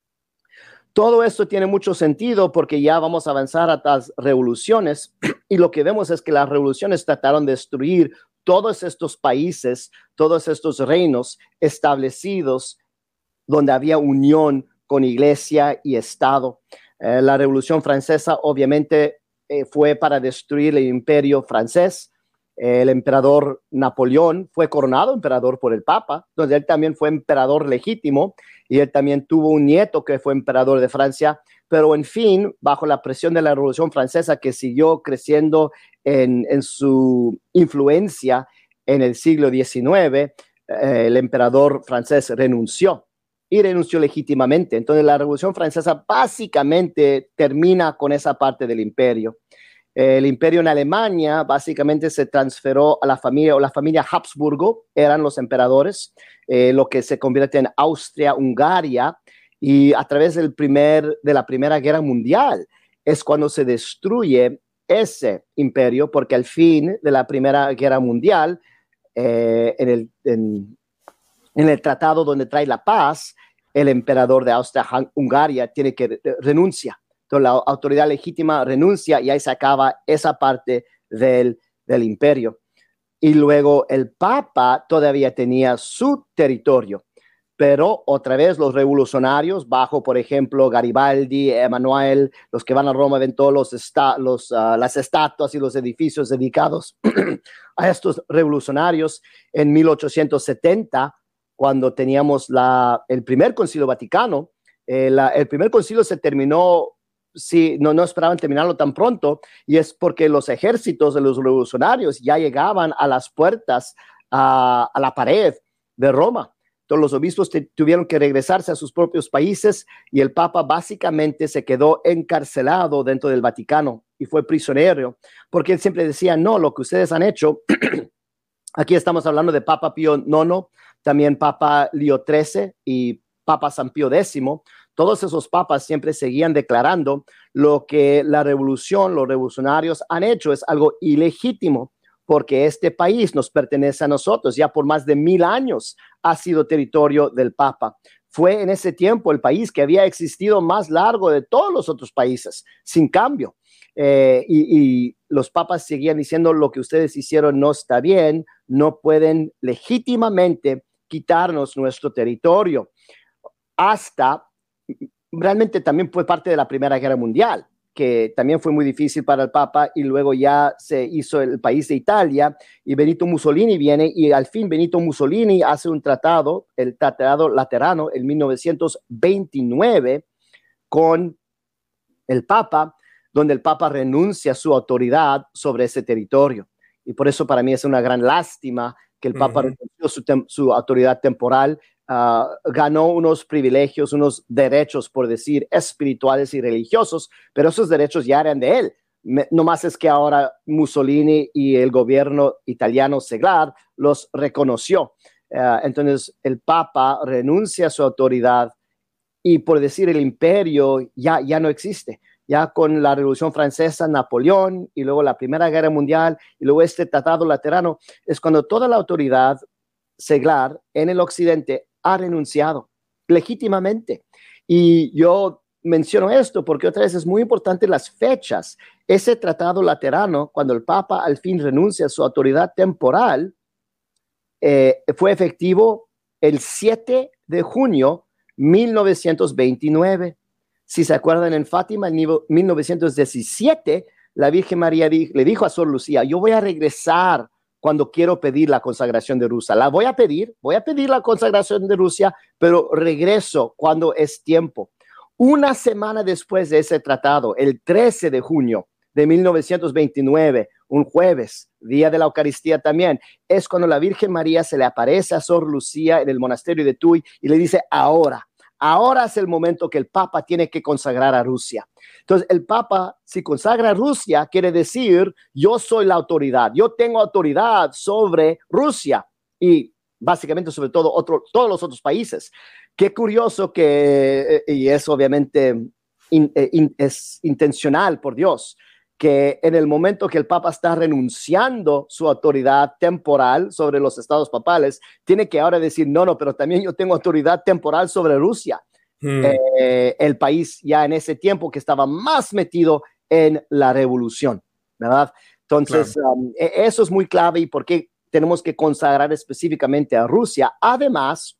Todo esto tiene mucho sentido porque ya vamos a avanzar a las revoluciones y lo que vemos es que las revoluciones trataron de destruir todos estos países, todos estos reinos establecidos donde había unión con iglesia y Estado. La Revolución Francesa obviamente fue para destruir el imperio francés. El emperador Napoleón fue coronado emperador por el Papa, donde él también fue emperador legítimo y él también tuvo un nieto que fue emperador de Francia, pero en fin, bajo la presión de la Revolución Francesa que siguió creciendo en su influencia en el siglo XIX, el emperador francés renunció y renunció legítimamente. Entonces la Revolución Francesa básicamente termina con esa parte del imperio. El imperio en Alemania básicamente se transferó a la familia Habsburgo, eran los emperadores, lo que se convierte en Austria-Hungaria, y a través de la Primera Guerra Mundial es cuando se destruye ese imperio, porque al fin de la Primera Guerra Mundial, en el tratado donde trae la paz, el emperador de Austria-Hungaria tiene que renunciar. Entonces la autoridad legítima renuncia y ahí se acaba esa parte del imperio. Y luego el Papa todavía tenía su territorio, pero otra vez los revolucionarios, bajo por ejemplo Garibaldi, Emanuel, los que van a Roma ven todas las estatuas y los edificios dedicados a estos revolucionarios. En 1870, cuando teníamos el primer concilio vaticano, el primer concilio se terminó. Sí, no esperaban terminarlo tan pronto, y es porque los ejércitos de los revolucionarios ya llegaban a las puertas, a la pared de Roma. Entonces los obispos tuvieron que regresarse a sus propios países y el Papa básicamente se quedó encarcelado dentro del Vaticano y fue prisionero, porque él siempre decía, no, lo que ustedes han hecho, aquí estamos hablando de Papa Pío IX, también Papa Lío XIII y Papa San Pío X. Todos esos papas siempre seguían declarando lo que la revolución, los revolucionarios han hecho es algo ilegítimo, porque este país nos pertenece a nosotros. Ya por más de 1000 años ha sido territorio del Papa. Fue en ese tiempo el país que había existido más largo de todos los otros países, sin cambio. Y los papas seguían diciendo lo que ustedes hicieron no está bien, no pueden legítimamente quitarnos nuestro territorio. Hasta realmente también fue parte de la Primera Guerra Mundial, que también fue muy difícil para el Papa, y luego ya se hizo el país de Italia, y Benito Mussolini viene, y al fin Benito Mussolini hace un tratado, el Tratado Laterano, en 1929, con el Papa, donde el Papa renuncia a su autoridad sobre ese territorio. Y por eso para mí es una gran lástima que el Papa renunció su autoridad temporal, ganó unos privilegios, unos derechos, por decir, espirituales y religiosos, pero esos derechos ya eran de él. No más es que ahora Mussolini y el gobierno italiano seglar los reconoció. Entonces el Papa renuncia a su autoridad, y por decir, el imperio ya no existe. Ya con la Revolución Francesa, Napoleón, y luego la Primera Guerra Mundial, y luego este Tratado Laterano, es cuando toda la autoridad seglar en el occidente ha renunciado legítimamente. Y yo menciono esto porque otra vez es muy importante las fechas. Ese Tratado Laterano, cuando el Papa al fin renuncia a su autoridad temporal, fue efectivo el 7 de junio 1929. Si se acuerdan, en Fátima, en 1917, la Virgen María le dijo a Sor Lucía: yo voy a regresar cuando quiero pedir la consagración de Rusia. La voy a pedir la consagración de Rusia, pero regreso cuando es tiempo. Una semana después de ese tratado, el 13 de junio de 1929, un jueves, día de la Eucaristía también, es cuando la Virgen María se le aparece a Sor Lucía en el monasterio de Tuy y le dice: ahora es el momento que el Papa tiene que consagrar a Rusia. Entonces, el Papa, si consagra a Rusia, quiere decir: yo soy la autoridad, yo tengo autoridad sobre Rusia y básicamente sobre todo todos los otros países. Qué curioso que, y es obviamente es intencional por Dios, que en el momento que el Papa está renunciando su autoridad temporal sobre los estados papales, tiene que ahora decir: no, pero también yo tengo autoridad temporal sobre Rusia. El país ya en ese tiempo que estaba más metido en la revolución, ¿verdad? Entonces, claro, eso es muy clave, y por qué tenemos que consagrar específicamente a Rusia. Además,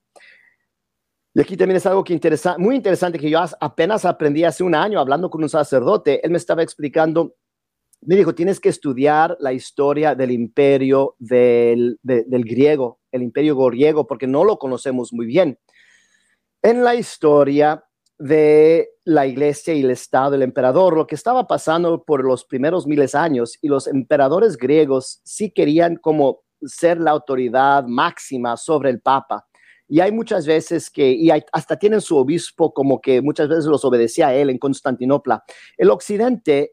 y aquí también es algo que muy interesante, que yo apenas aprendí hace un año hablando con un sacerdote. Él me estaba explicando, me dijo: tienes que estudiar la historia del imperio del griego, el imperio griego, porque no lo conocemos muy bien. En la historia de la iglesia y el estado del emperador, lo que estaba pasando por los primeros miles de años, y los emperadores griegos sí querían como ser la autoridad máxima sobre el Papa. Y hay muchas veces hasta tienen su obispo como que muchas veces los obedecía a él en Constantinopla. El occidente,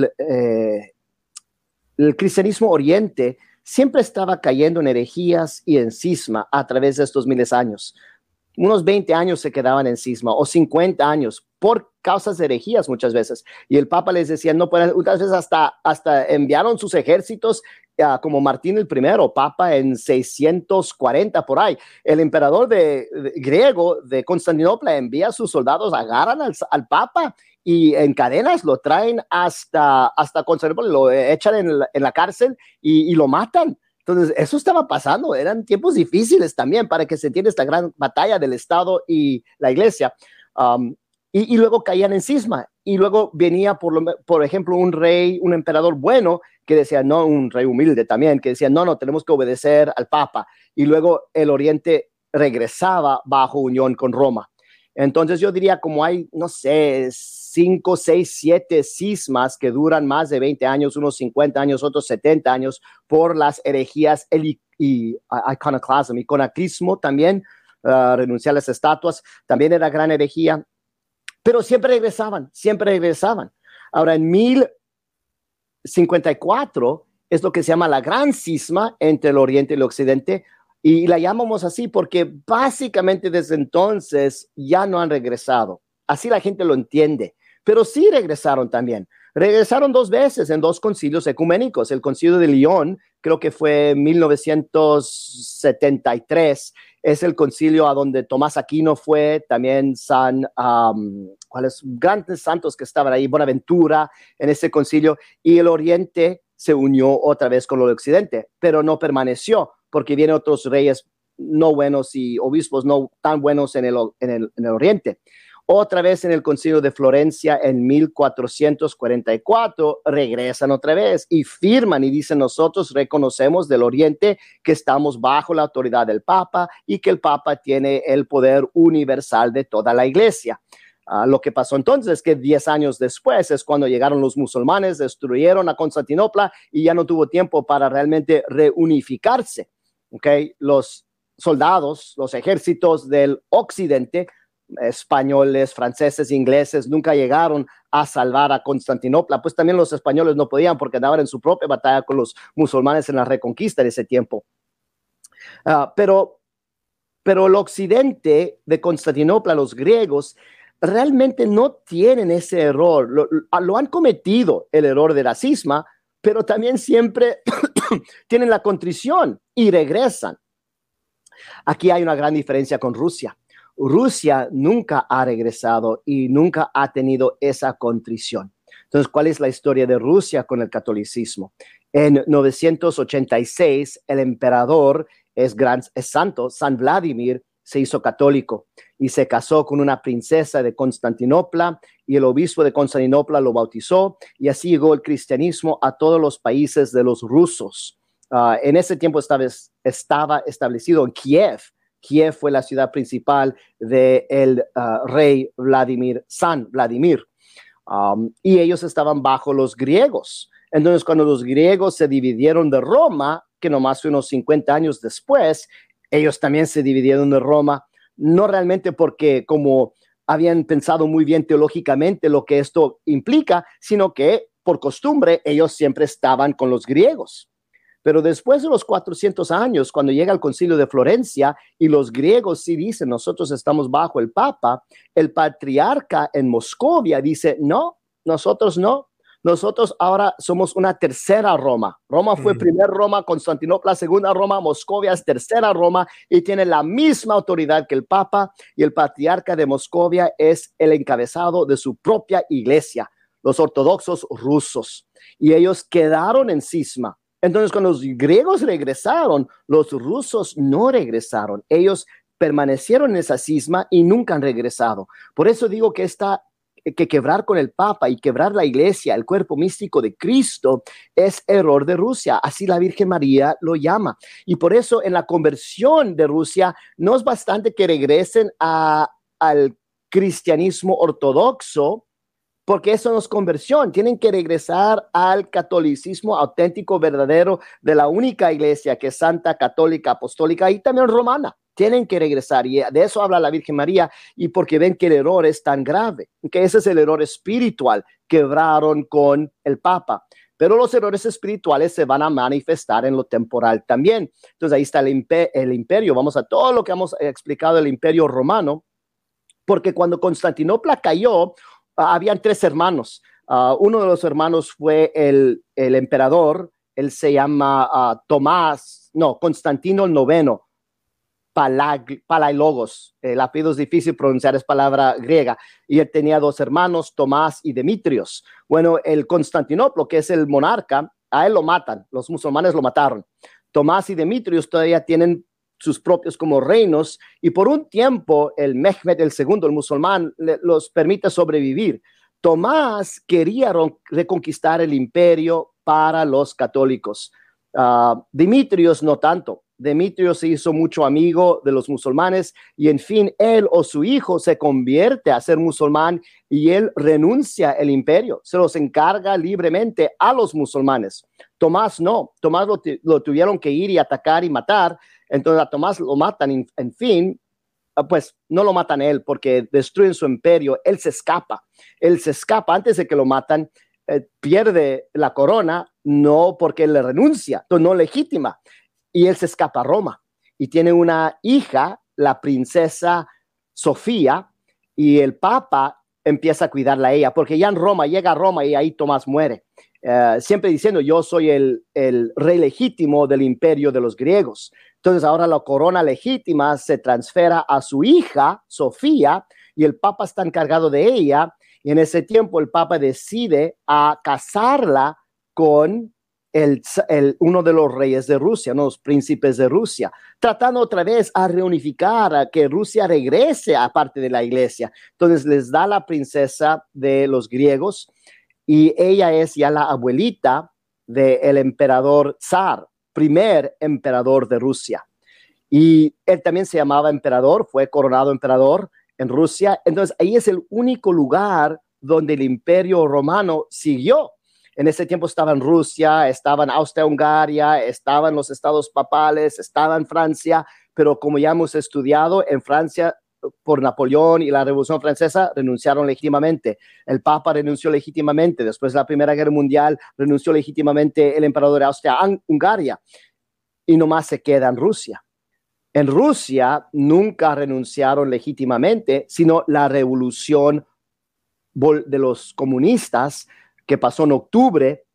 el cristianismo oriente, siempre estaba cayendo en herejías y en cisma a través de estos miles de años. Unos 20 años se quedaban en cisma, o 50 años, por causas de herejías muchas veces. Y el Papa les decía: no pueden. Otras veces hasta enviaron sus ejércitos, como Martín el I, Papa en 640 por ahí. El emperador griego de Constantinopla envía a sus soldados, agarran al Papa y en cadenas lo traen hasta Constantinopla, lo echan en la cárcel y lo matan. Entonces, eso estaba pasando. Eran tiempos difíciles también, para que se entienda esta gran batalla del Estado y la Iglesia. Y luego caían en cisma. Y luego venía, por ejemplo, un emperador bueno, que decía, no, un rey humilde también, que decía: no, tenemos que obedecer al Papa. Y luego el Oriente regresaba bajo unión con Roma. Entonces yo diría, como hay, no sé, 5, 6, 7 cismas que duran más de 20 años, unos 50 años, otros 70 años, por las herejías y iconoclasmo también, renunciar a las estatuas, también era gran herejía, pero siempre regresaban. Ahora, en 1054 es lo que se llama la gran cisma entre el Oriente y el Occidente, y la llamamos así porque básicamente desde entonces ya no han regresado. Así la gente lo entiende, pero sí regresaron también. Regresaron 2 veces en 2 concilios ecuménicos. El concilio de Lyon, creo que fue en 1973, es el concilio a donde Tomás Aquino fue, también ¿cuáles grandes santos que estaban ahí? Buenaventura en ese concilio, y el Oriente se unió otra vez con el Occidente, pero no permaneció, porque vienen otros reyes no buenos y obispos no tan buenos en el Oriente. Otra vez en el Concilio de Florencia en 1444 regresan otra vez y firman y dicen: nosotros reconocemos del Oriente que estamos bajo la autoridad del Papa y que el Papa tiene el poder universal de toda la Iglesia. Lo que pasó entonces es que 10 años después es cuando llegaron los musulmanes, destruyeron a Constantinopla y ya no tuvo tiempo para realmente reunificarse. ¿Okay? Los soldados, los ejércitos del occidente, españoles, franceses, ingleses, nunca llegaron a salvar a Constantinopla. Pues también los españoles no podían porque andaban en su propia batalla con los musulmanes en la reconquista de ese tiempo. Pero el occidente de Constantinopla, los griegos, realmente no tienen ese error. Lo han cometido, el error de la cisma, pero también siempre tienen la contrición y regresan. Aquí hay una gran diferencia con Rusia. Rusia nunca ha regresado y nunca ha tenido esa contrición. Entonces, ¿cuál es la historia de Rusia con el catolicismo? En 986, el emperador es santo, San Vladimir, se hizo católico y se casó con una princesa de Constantinopla y el obispo de Constantinopla lo bautizó y así llegó el cristianismo a todos los países de los rusos. En ese tiempo estaba establecido en Kiev. Kiev fue la ciudad principal del rey San Vladimir. Y ellos estaban bajo los griegos. Entonces, cuando los griegos se dividieron de Roma, que nomás fue unos 50 años después, ellos también se dividieron de Roma, no realmente porque como habían pensado muy bien teológicamente lo que esto implica, sino que por costumbre ellos siempre estaban con los griegos. Pero después de los 400 años, cuando llega el Concilio de Florencia y los griegos sí dicen, nosotros estamos bajo el Papa, el patriarca en Moscovia dice, no, nosotros no. Nosotros ahora somos una tercera Roma. Roma fue primer Roma, Constantinopla, segunda Roma, Moscovia es tercera Roma y tiene la misma autoridad que el Papa y el patriarca de Moscovia es el encabezado de su propia iglesia, los ortodoxos rusos. Y ellos quedaron en cisma. Entonces, cuando los griegos regresaron, los rusos no regresaron. Ellos permanecieron en esa cisma y nunca han regresado. Por eso digo que quebrar con el Papa y quebrar la iglesia, el cuerpo místico de Cristo, es error de Rusia. Así la Virgen María lo llama. Y por eso en la conversión de Rusia no es bastante que regresen al cristianismo ortodoxo, porque eso no es conversión. Tienen que regresar al catolicismo auténtico, verdadero, de la única iglesia que es santa, católica, apostólica y también romana. Tienen que regresar y de eso habla la Virgen María y porque ven que el error es tan grave, que ese es el error espiritual, quebraron con el Papa. Pero los errores espirituales se van a manifestar en lo temporal también. Entonces ahí está el imperio. Vamos a todo lo que hemos explicado del imperio romano, porque cuando Constantinopla cayó, habían 3 hermanos. Uno de los hermanos fue el emperador, él se llama Constantino IX, Palaiologos. El apellido es difícil pronunciar, es palabra griega. Y él tenía 2 hermanos, Tomás y Demetrios. Bueno, el Constantinopla, que es el monarca, a él lo matan, los musulmanes lo mataron. Tomás y Demetrios todavía tienen sus propios como reinos y por un tiempo el Mehmed II, el musulmán, los permite sobrevivir. Tomás quería reconquistar el imperio para los católicos. Demetrios no tanto. Demetrios se hizo mucho amigo de los musulmanes y en fin, él o su hijo se convierte a ser musulmán y él renuncia el imperio, se los encarga libremente a los musulmanes. Tomás no, Tomás lo tuvieron que ir y atacar y matar, entonces a Tomás lo matan, en fin, pues no lo matan a él porque destruyen su imperio, él se escapa antes de que lo matan, pierde la corona, no porque él le renuncia, entonces no legítima. Y él se escapa a Roma y tiene una hija, la princesa Sofía, y el Papa empieza a cuidarla a ella, porque ya en Roma, llega a Roma y ahí Tomás muere. Siempre diciendo, yo soy el rey legítimo del imperio de los griegos. Entonces ahora la corona legítima se transfiere a su hija, Sofía, y el Papa está encargado de ella. Y en ese tiempo el Papa decide a casarla con uno de los reyes de Rusia, ¿no? Los príncipes de Rusia, tratando otra vez a reunificar, a que Rusia regrese a parte de la iglesia. Entonces les da la princesa de los griegos y ella es ya la abuelita del emperador zar, primer emperador de Rusia. Y él también se llamaba emperador, fue coronado emperador en Rusia. Entonces ahí es el único lugar donde el imperio romano siguió. En ese tiempo estaba en Rusia, estaba en Austria-Hungaria, estaban los estados papales, estaba en Francia, pero como ya hemos estudiado, en Francia, por Napoleón y la Revolución Francesa, renunciaron legítimamente. El Papa renunció legítimamente. Después de la Primera Guerra Mundial, renunció legítimamente el emperador de Austria-Hungaria. Y nomás se queda en Rusia. En Rusia nunca renunciaron legítimamente, sino la revolución de los comunistas que pasó en octubre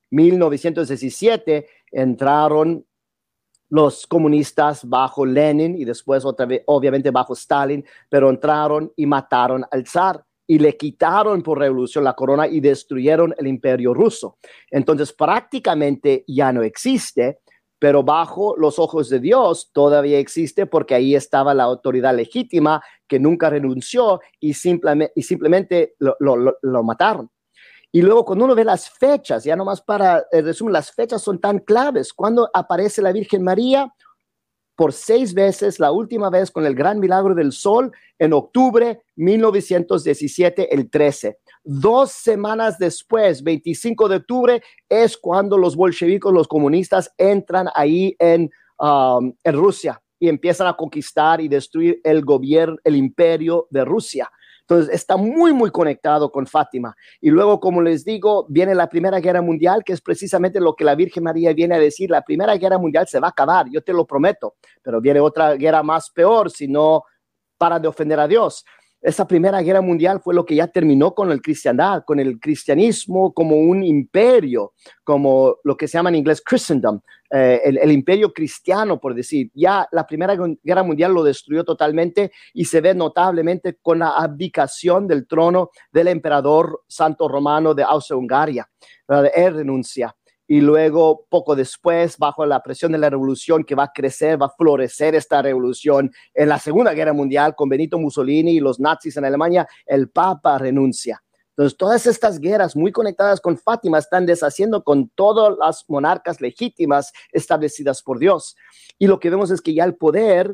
1917, entraron los comunistas bajo Lenin y después otra vez, obviamente bajo Stalin, pero entraron y mataron al zar y le quitaron por revolución la corona y destruyeron el imperio ruso. Entonces prácticamente ya no existe, pero bajo los ojos de Dios todavía existe porque ahí estaba la autoridad legítima que nunca renunció y simplemente lo mataron. Y luego cuando uno ve las fechas, ya nomás para resumir, las fechas son tan claves. Cuando aparece la Virgen María por 6 veces, la última vez con el gran milagro del sol en octubre 1917, el 13. 2 semanas después, 25 de octubre, es cuando los bolcheviques, los comunistas, entran ahí en Rusia y empiezan a conquistar y destruir el gobierno, el imperio de Rusia. Entonces está muy, muy conectado con Fátima. Y luego, como les digo, viene la Primera Guerra Mundial, que es precisamente lo que la Virgen María viene a decir. La Primera Guerra Mundial se va a acabar, yo te lo prometo, pero viene otra guerra más peor si no para de ofender a Dios. Esa Primera Guerra Mundial fue lo que ya terminó con el cristiandad, con el cristianismo como un imperio, como lo que se llama en inglés Christendom, el imperio cristiano, por decir. Ya la Primera Guerra Mundial lo destruyó totalmente y se ve notablemente con la abdicación del trono del emperador santo romano de Austria-Hungaria. Él renuncia. Y luego, poco después, bajo la presión de la revolución que va a crecer, va a florecer esta revolución en la Segunda Guerra Mundial con Benito Mussolini y los nazis en Alemania, el Papa renuncia. Entonces, todas estas guerras muy conectadas con Fátima están deshaciendo con todas las monarcas legítimas establecidas por Dios. Y lo que vemos es que ya el poder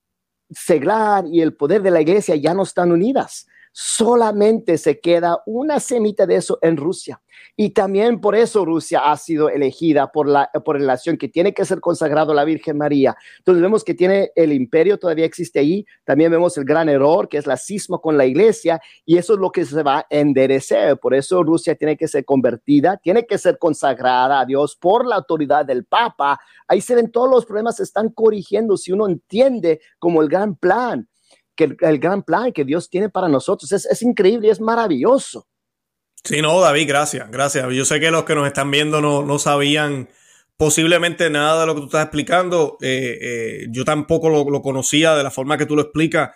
seglar y el poder de la iglesia ya no están unidas. Solamente se queda una semita de eso en Rusia. Y también por eso Rusia ha sido elegida por la nación que tiene que ser consagrado a la Virgen María. Entonces vemos que tiene el imperio, todavía existe ahí. También vemos el gran error, que es la cisma con la iglesia, y eso es lo que se va a enderecer. Por eso Rusia tiene que ser convertida, tiene que ser consagrada a Dios por la autoridad del Papa. Ahí se ven todos los problemas, se están corrigiendo si uno entiende como el gran plan. Que el gran plan que Dios tiene para nosotros es increíble, es maravilloso. Sí, no, David, gracias. Yo sé que los que nos están viendo no sabían posiblemente nada de lo que tú estás explicando. Yo tampoco lo conocía de la forma que tú lo explicas.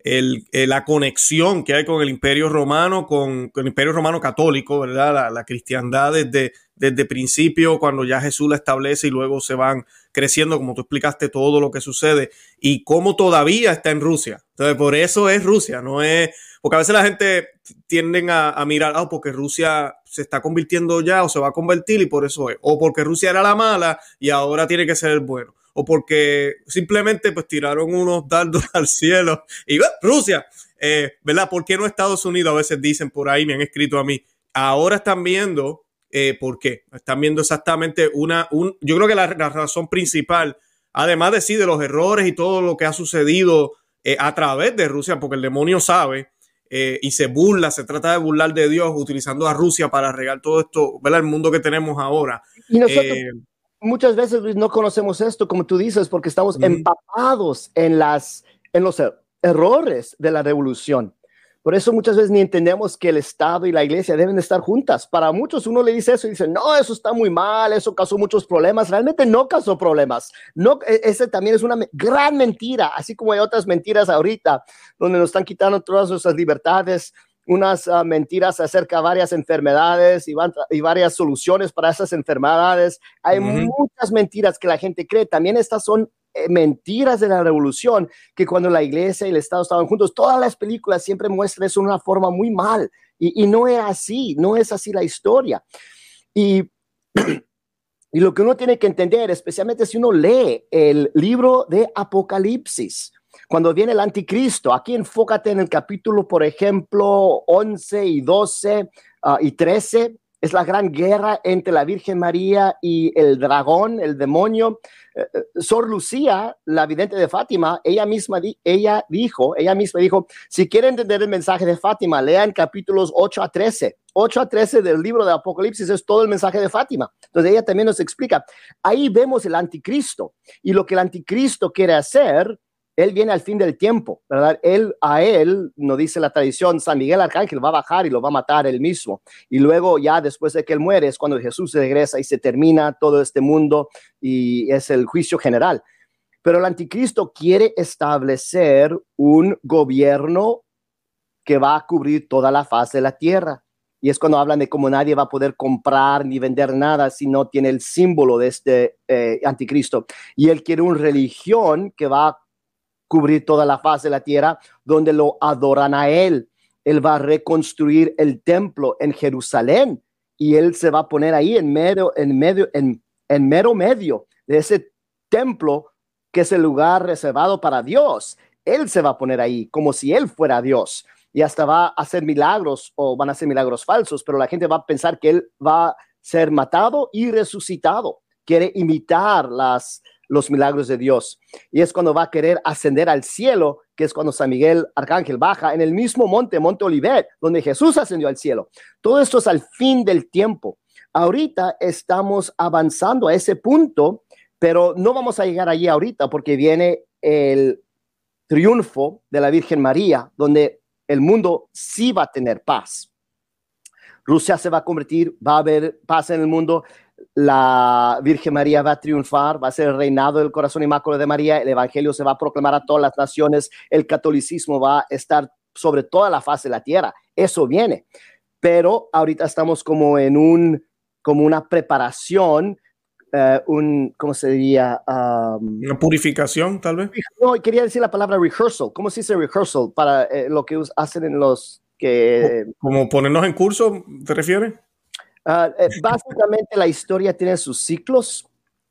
La conexión que hay con el Imperio Romano, con el Imperio Romano católico, ¿verdad? La cristiandad desde principio, cuando ya Jesús la establece y luego se van creciendo, como tú explicaste, todo lo que sucede y cómo todavía está en Rusia. Entonces, por eso es Rusia, no es... Porque a veces la gente tienden a mirar, porque Rusia se está convirtiendo ya o se va a convertir y por eso es. O porque Rusia era la mala y ahora tiene que ser el bueno. O porque simplemente pues tiraron unos dardos al cielo y Rusia, ¿verdad? ¿Por qué no Estados Unidos? A veces dicen por ahí, me han escrito a mí. Ahora están viendo por qué. Están viendo exactamente yo creo que la razón principal, además de sí, de los errores y todo lo que ha sucedido a través de Rusia, porque el demonio sabe y se trata de burlar de Dios utilizando a Rusia para regar todo esto, ¿verdad? El mundo que tenemos ahora. Y nosotros muchas veces, Luis, no conocemos esto, como tú dices, porque estamos empapados en los errores de la revolución. Por eso muchas veces ni entendemos que el Estado y la iglesia deben estar juntas. Para muchos uno le dice eso y dice, no, eso está muy mal, eso causó muchos problemas. Realmente no causó problemas. No, ese también es una gran mentira, así como hay otras mentiras ahorita, donde nos están quitando todas nuestras libertades unas mentiras acerca de varias enfermedades y varias soluciones para esas enfermedades. Hay muchas mentiras que la gente cree. También estas son mentiras de la revolución, que cuando la iglesia y el Estado estaban juntos, todas las películas siempre muestran eso de una forma muy mal. Y no es así, no es así la historia. Y lo que uno tiene que entender, especialmente si uno lee el libro de Apocalipsis, cuando viene el anticristo, aquí enfócate en el capítulo, por ejemplo, 11 y 12 y 13, es la gran guerra entre la Virgen María y el dragón, el demonio. Sor Lucía, la vidente de Fátima, ella misma dijo, si quieren entender el mensaje de Fátima, lean capítulos 8 a 13. 8 a 13 del libro de Apocalipsis es todo el mensaje de Fátima. Entonces ella también nos explica. Ahí vemos el anticristo y lo que el anticristo quiere hacer. Él viene al fin del tiempo, ¿verdad? A él, nos dice la tradición, San Miguel Arcángel va a bajar y lo va a matar él mismo. Y luego ya después de que él muere es cuando Jesús regresa y se termina todo este mundo y es el juicio general. Pero el anticristo quiere establecer un gobierno que va a cubrir toda la faz de la tierra. Y es cuando hablan de cómo nadie va a poder comprar ni vender nada si no tiene el símbolo de este anticristo. Y él quiere una religión que va a cubrir toda la faz de la tierra, donde lo adoran a él. Él va a reconstruir el templo en Jerusalén y él se va a poner ahí en mero medio de ese templo que es el lugar reservado para Dios. Él se va a poner ahí como si él fuera Dios y hasta va a hacer milagros o van a hacer milagros falsos, pero la gente va a pensar que él va a ser matado y resucitado. Quiere imitar los milagros de Dios. Y es cuando va a querer ascender al cielo, que es cuando San Miguel Arcángel baja en el mismo monte Olivet, donde Jesús ascendió al cielo. Todo esto es al fin del tiempo. Ahorita estamos avanzando a ese punto, pero no vamos a llegar allí ahorita porque viene el triunfo de la Virgen María, donde el mundo sí va a tener paz. Rusia se va a convertir, va a haber paz en el mundo. La Virgen María va a triunfar, va a ser el reinado del corazón inmaculado de María, el evangelio se va a proclamar a todas las naciones, el catolicismo va a estar sobre toda la faz de la tierra, eso viene, pero ahorita estamos como en una preparación, ¿cómo se diría? Una purificación, tal vez. No, quería decir la palabra rehearsal. ¿Cómo se dice rehearsal para lo que hacen en los que... ¿Como ponernos en curso, te refieres? Básicamente la historia tiene sus ciclos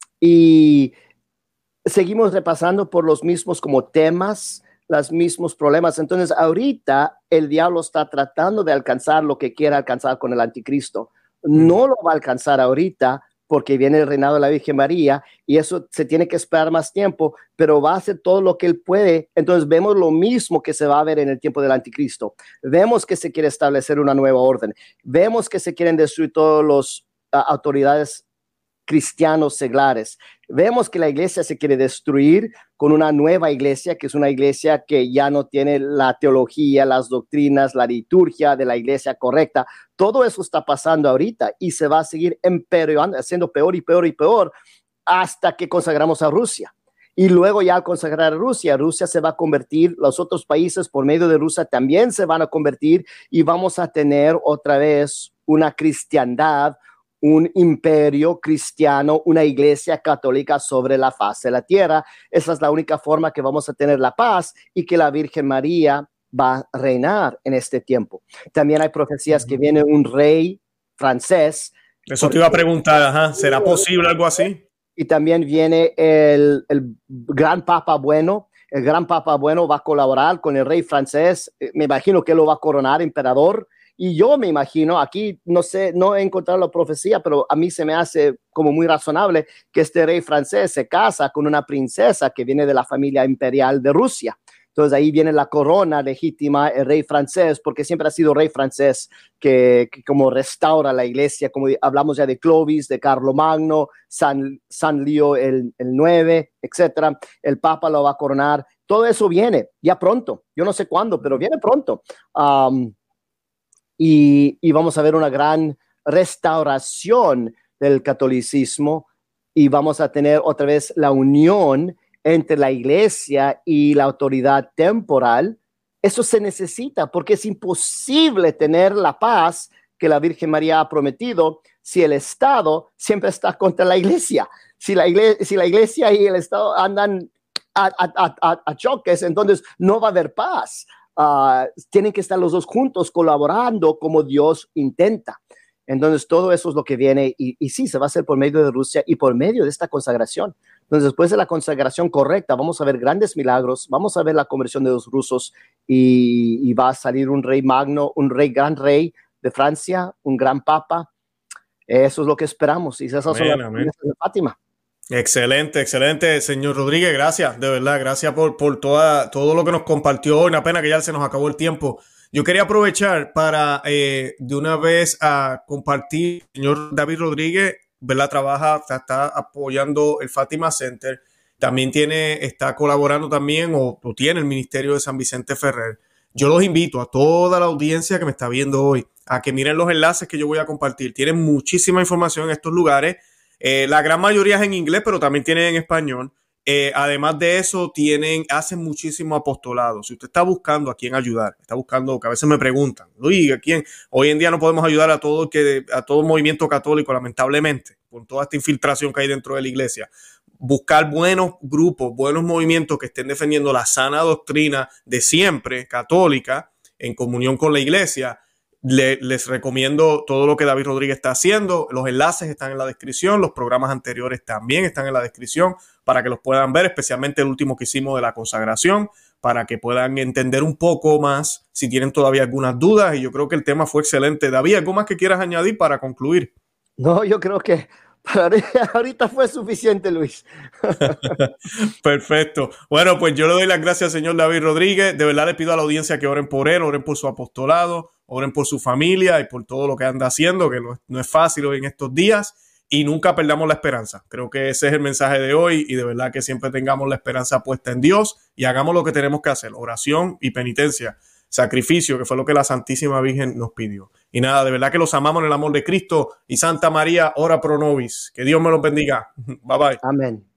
y seguimos repasando por los mismos como temas, los mismos problemas. Entonces ahorita el diablo está tratando de alcanzar lo que quiera alcanzar con el anticristo. No lo va a alcanzar ahorita porque viene el reinado de la Virgen María y eso se tiene que esperar más tiempo, pero va a hacer todo lo que él puede. Entonces vemos lo mismo que se va a ver en el tiempo del anticristo. Vemos que se quiere establecer una nueva orden. Vemos que se quieren destruir todas las autoridades cristianos seglares. Vemos que la iglesia se quiere destruir con una nueva iglesia, que es una iglesia que ya no tiene la teología, las doctrinas, la liturgia de la iglesia correcta. Todo eso está pasando ahorita y se va a seguir empeorando, haciendo peor y peor y peor hasta que consagramos a Rusia. Y luego ya al consagrar a Rusia, Rusia se va a convertir, los otros países por medio de Rusia también se van a convertir y vamos a tener otra vez una cristiandad, un imperio cristiano, una iglesia católica sobre la faz de la tierra. Esa es la única forma que vamos a tener la paz y que la Virgen María va a reinar en este tiempo. También hay profecías que viene un rey francés. Eso te iba a preguntar, ajá, ¿será posible algo así? Y también viene el gran Papa Bueno. El gran Papa Bueno va a colaborar con el rey francés. Me imagino que lo va a coronar emperador. Y yo me imagino, aquí no sé, no he encontrado la profecía, pero a mí se me hace como muy razonable que este rey francés se casa con una princesa que viene de la familia imperial de Rusia. Entonces ahí viene la corona legítima, el rey francés, porque siempre ha sido rey francés que como restaura la iglesia, como hablamos ya de Clovis, de Carlomagno, San Leo el 9, etcétera. El Papa lo va a coronar. Todo eso viene ya pronto. Yo no sé cuándo, pero viene pronto. Y vamos a ver una gran restauración del catolicismo y vamos a tener otra vez la unión entre la iglesia y la autoridad temporal Eso se necesita porque es imposible tener la paz que la Virgen María ha prometido si el Estado siempre está contra la Iglesia. Si la Iglesia y el Estado andan a choques, entonces no va a haber paz. Tienen que estar los dos juntos colaborando como Dios intenta. Entonces todo eso es lo que viene y sí, se va a hacer por medio de Rusia y por medio de esta consagración. Entonces después de la consagración correcta vamos a ver grandes milagros, vamos a ver la conversión de los rusos y va a salir un rey magno, gran rey de Francia, un gran papa. Eso es lo que esperamos y esas son las promesas de Fátima. Excelente, excelente, señor Rodríguez, gracias, de verdad, gracias por todo lo que nos compartió hoy. Una pena que ya se nos acabó el tiempo. Yo quería aprovechar para de una vez a compartir, señor David Rodríguez, ¿verdad? Está apoyando el Fátima Center, también está colaborando también o tiene el Ministerio de San Vicente Ferrer. Yo los invito a toda la audiencia que me está viendo hoy a que miren los enlaces que yo voy a compartir. Tienen muchísima información en estos lugares. La gran mayoría es en inglés, pero también tienen en español. Además de eso, hacen muchísimo apostolado. Si usted está buscando a quién ayudar, está buscando, que a veces me preguntan, Luis, ¿a quién? Hoy en día no podemos ayudar a todo movimiento católico, lamentablemente, por toda esta infiltración que hay dentro de la iglesia. Buscar buenos grupos, buenos movimientos que estén defendiendo la sana doctrina de siempre, católica, en comunión con la iglesia. Les recomiendo todo lo que David Rodríguez está haciendo. Los enlaces están en la descripción. Los programas anteriores también están en la descripción para que los puedan ver, especialmente el último que hicimos de la consagración, para que puedan entender un poco más si tienen todavía algunas dudas. Y yo creo que el tema fue excelente. David, ¿algo más que quieras añadir para concluir? No, yo creo que ahorita fue suficiente, Luis. Perfecto. Bueno, pues yo le doy las gracias al señor David Rodríguez. De verdad le pido a la audiencia que oren por él, oren por su apostolado, oren por su familia y por todo lo que anda haciendo, que no es fácil hoy en estos días, y nunca perdamos la esperanza. Creo que ese es el mensaje de hoy y de verdad que siempre tengamos la esperanza puesta en Dios y hagamos lo que tenemos que hacer, oración y penitencia, sacrificio, que fue lo que la Santísima Virgen nos pidió. Y nada, de verdad que los amamos en el amor de Cristo y Santa María, ora pro nobis. Que Dios me los bendiga. Bye bye. Amén.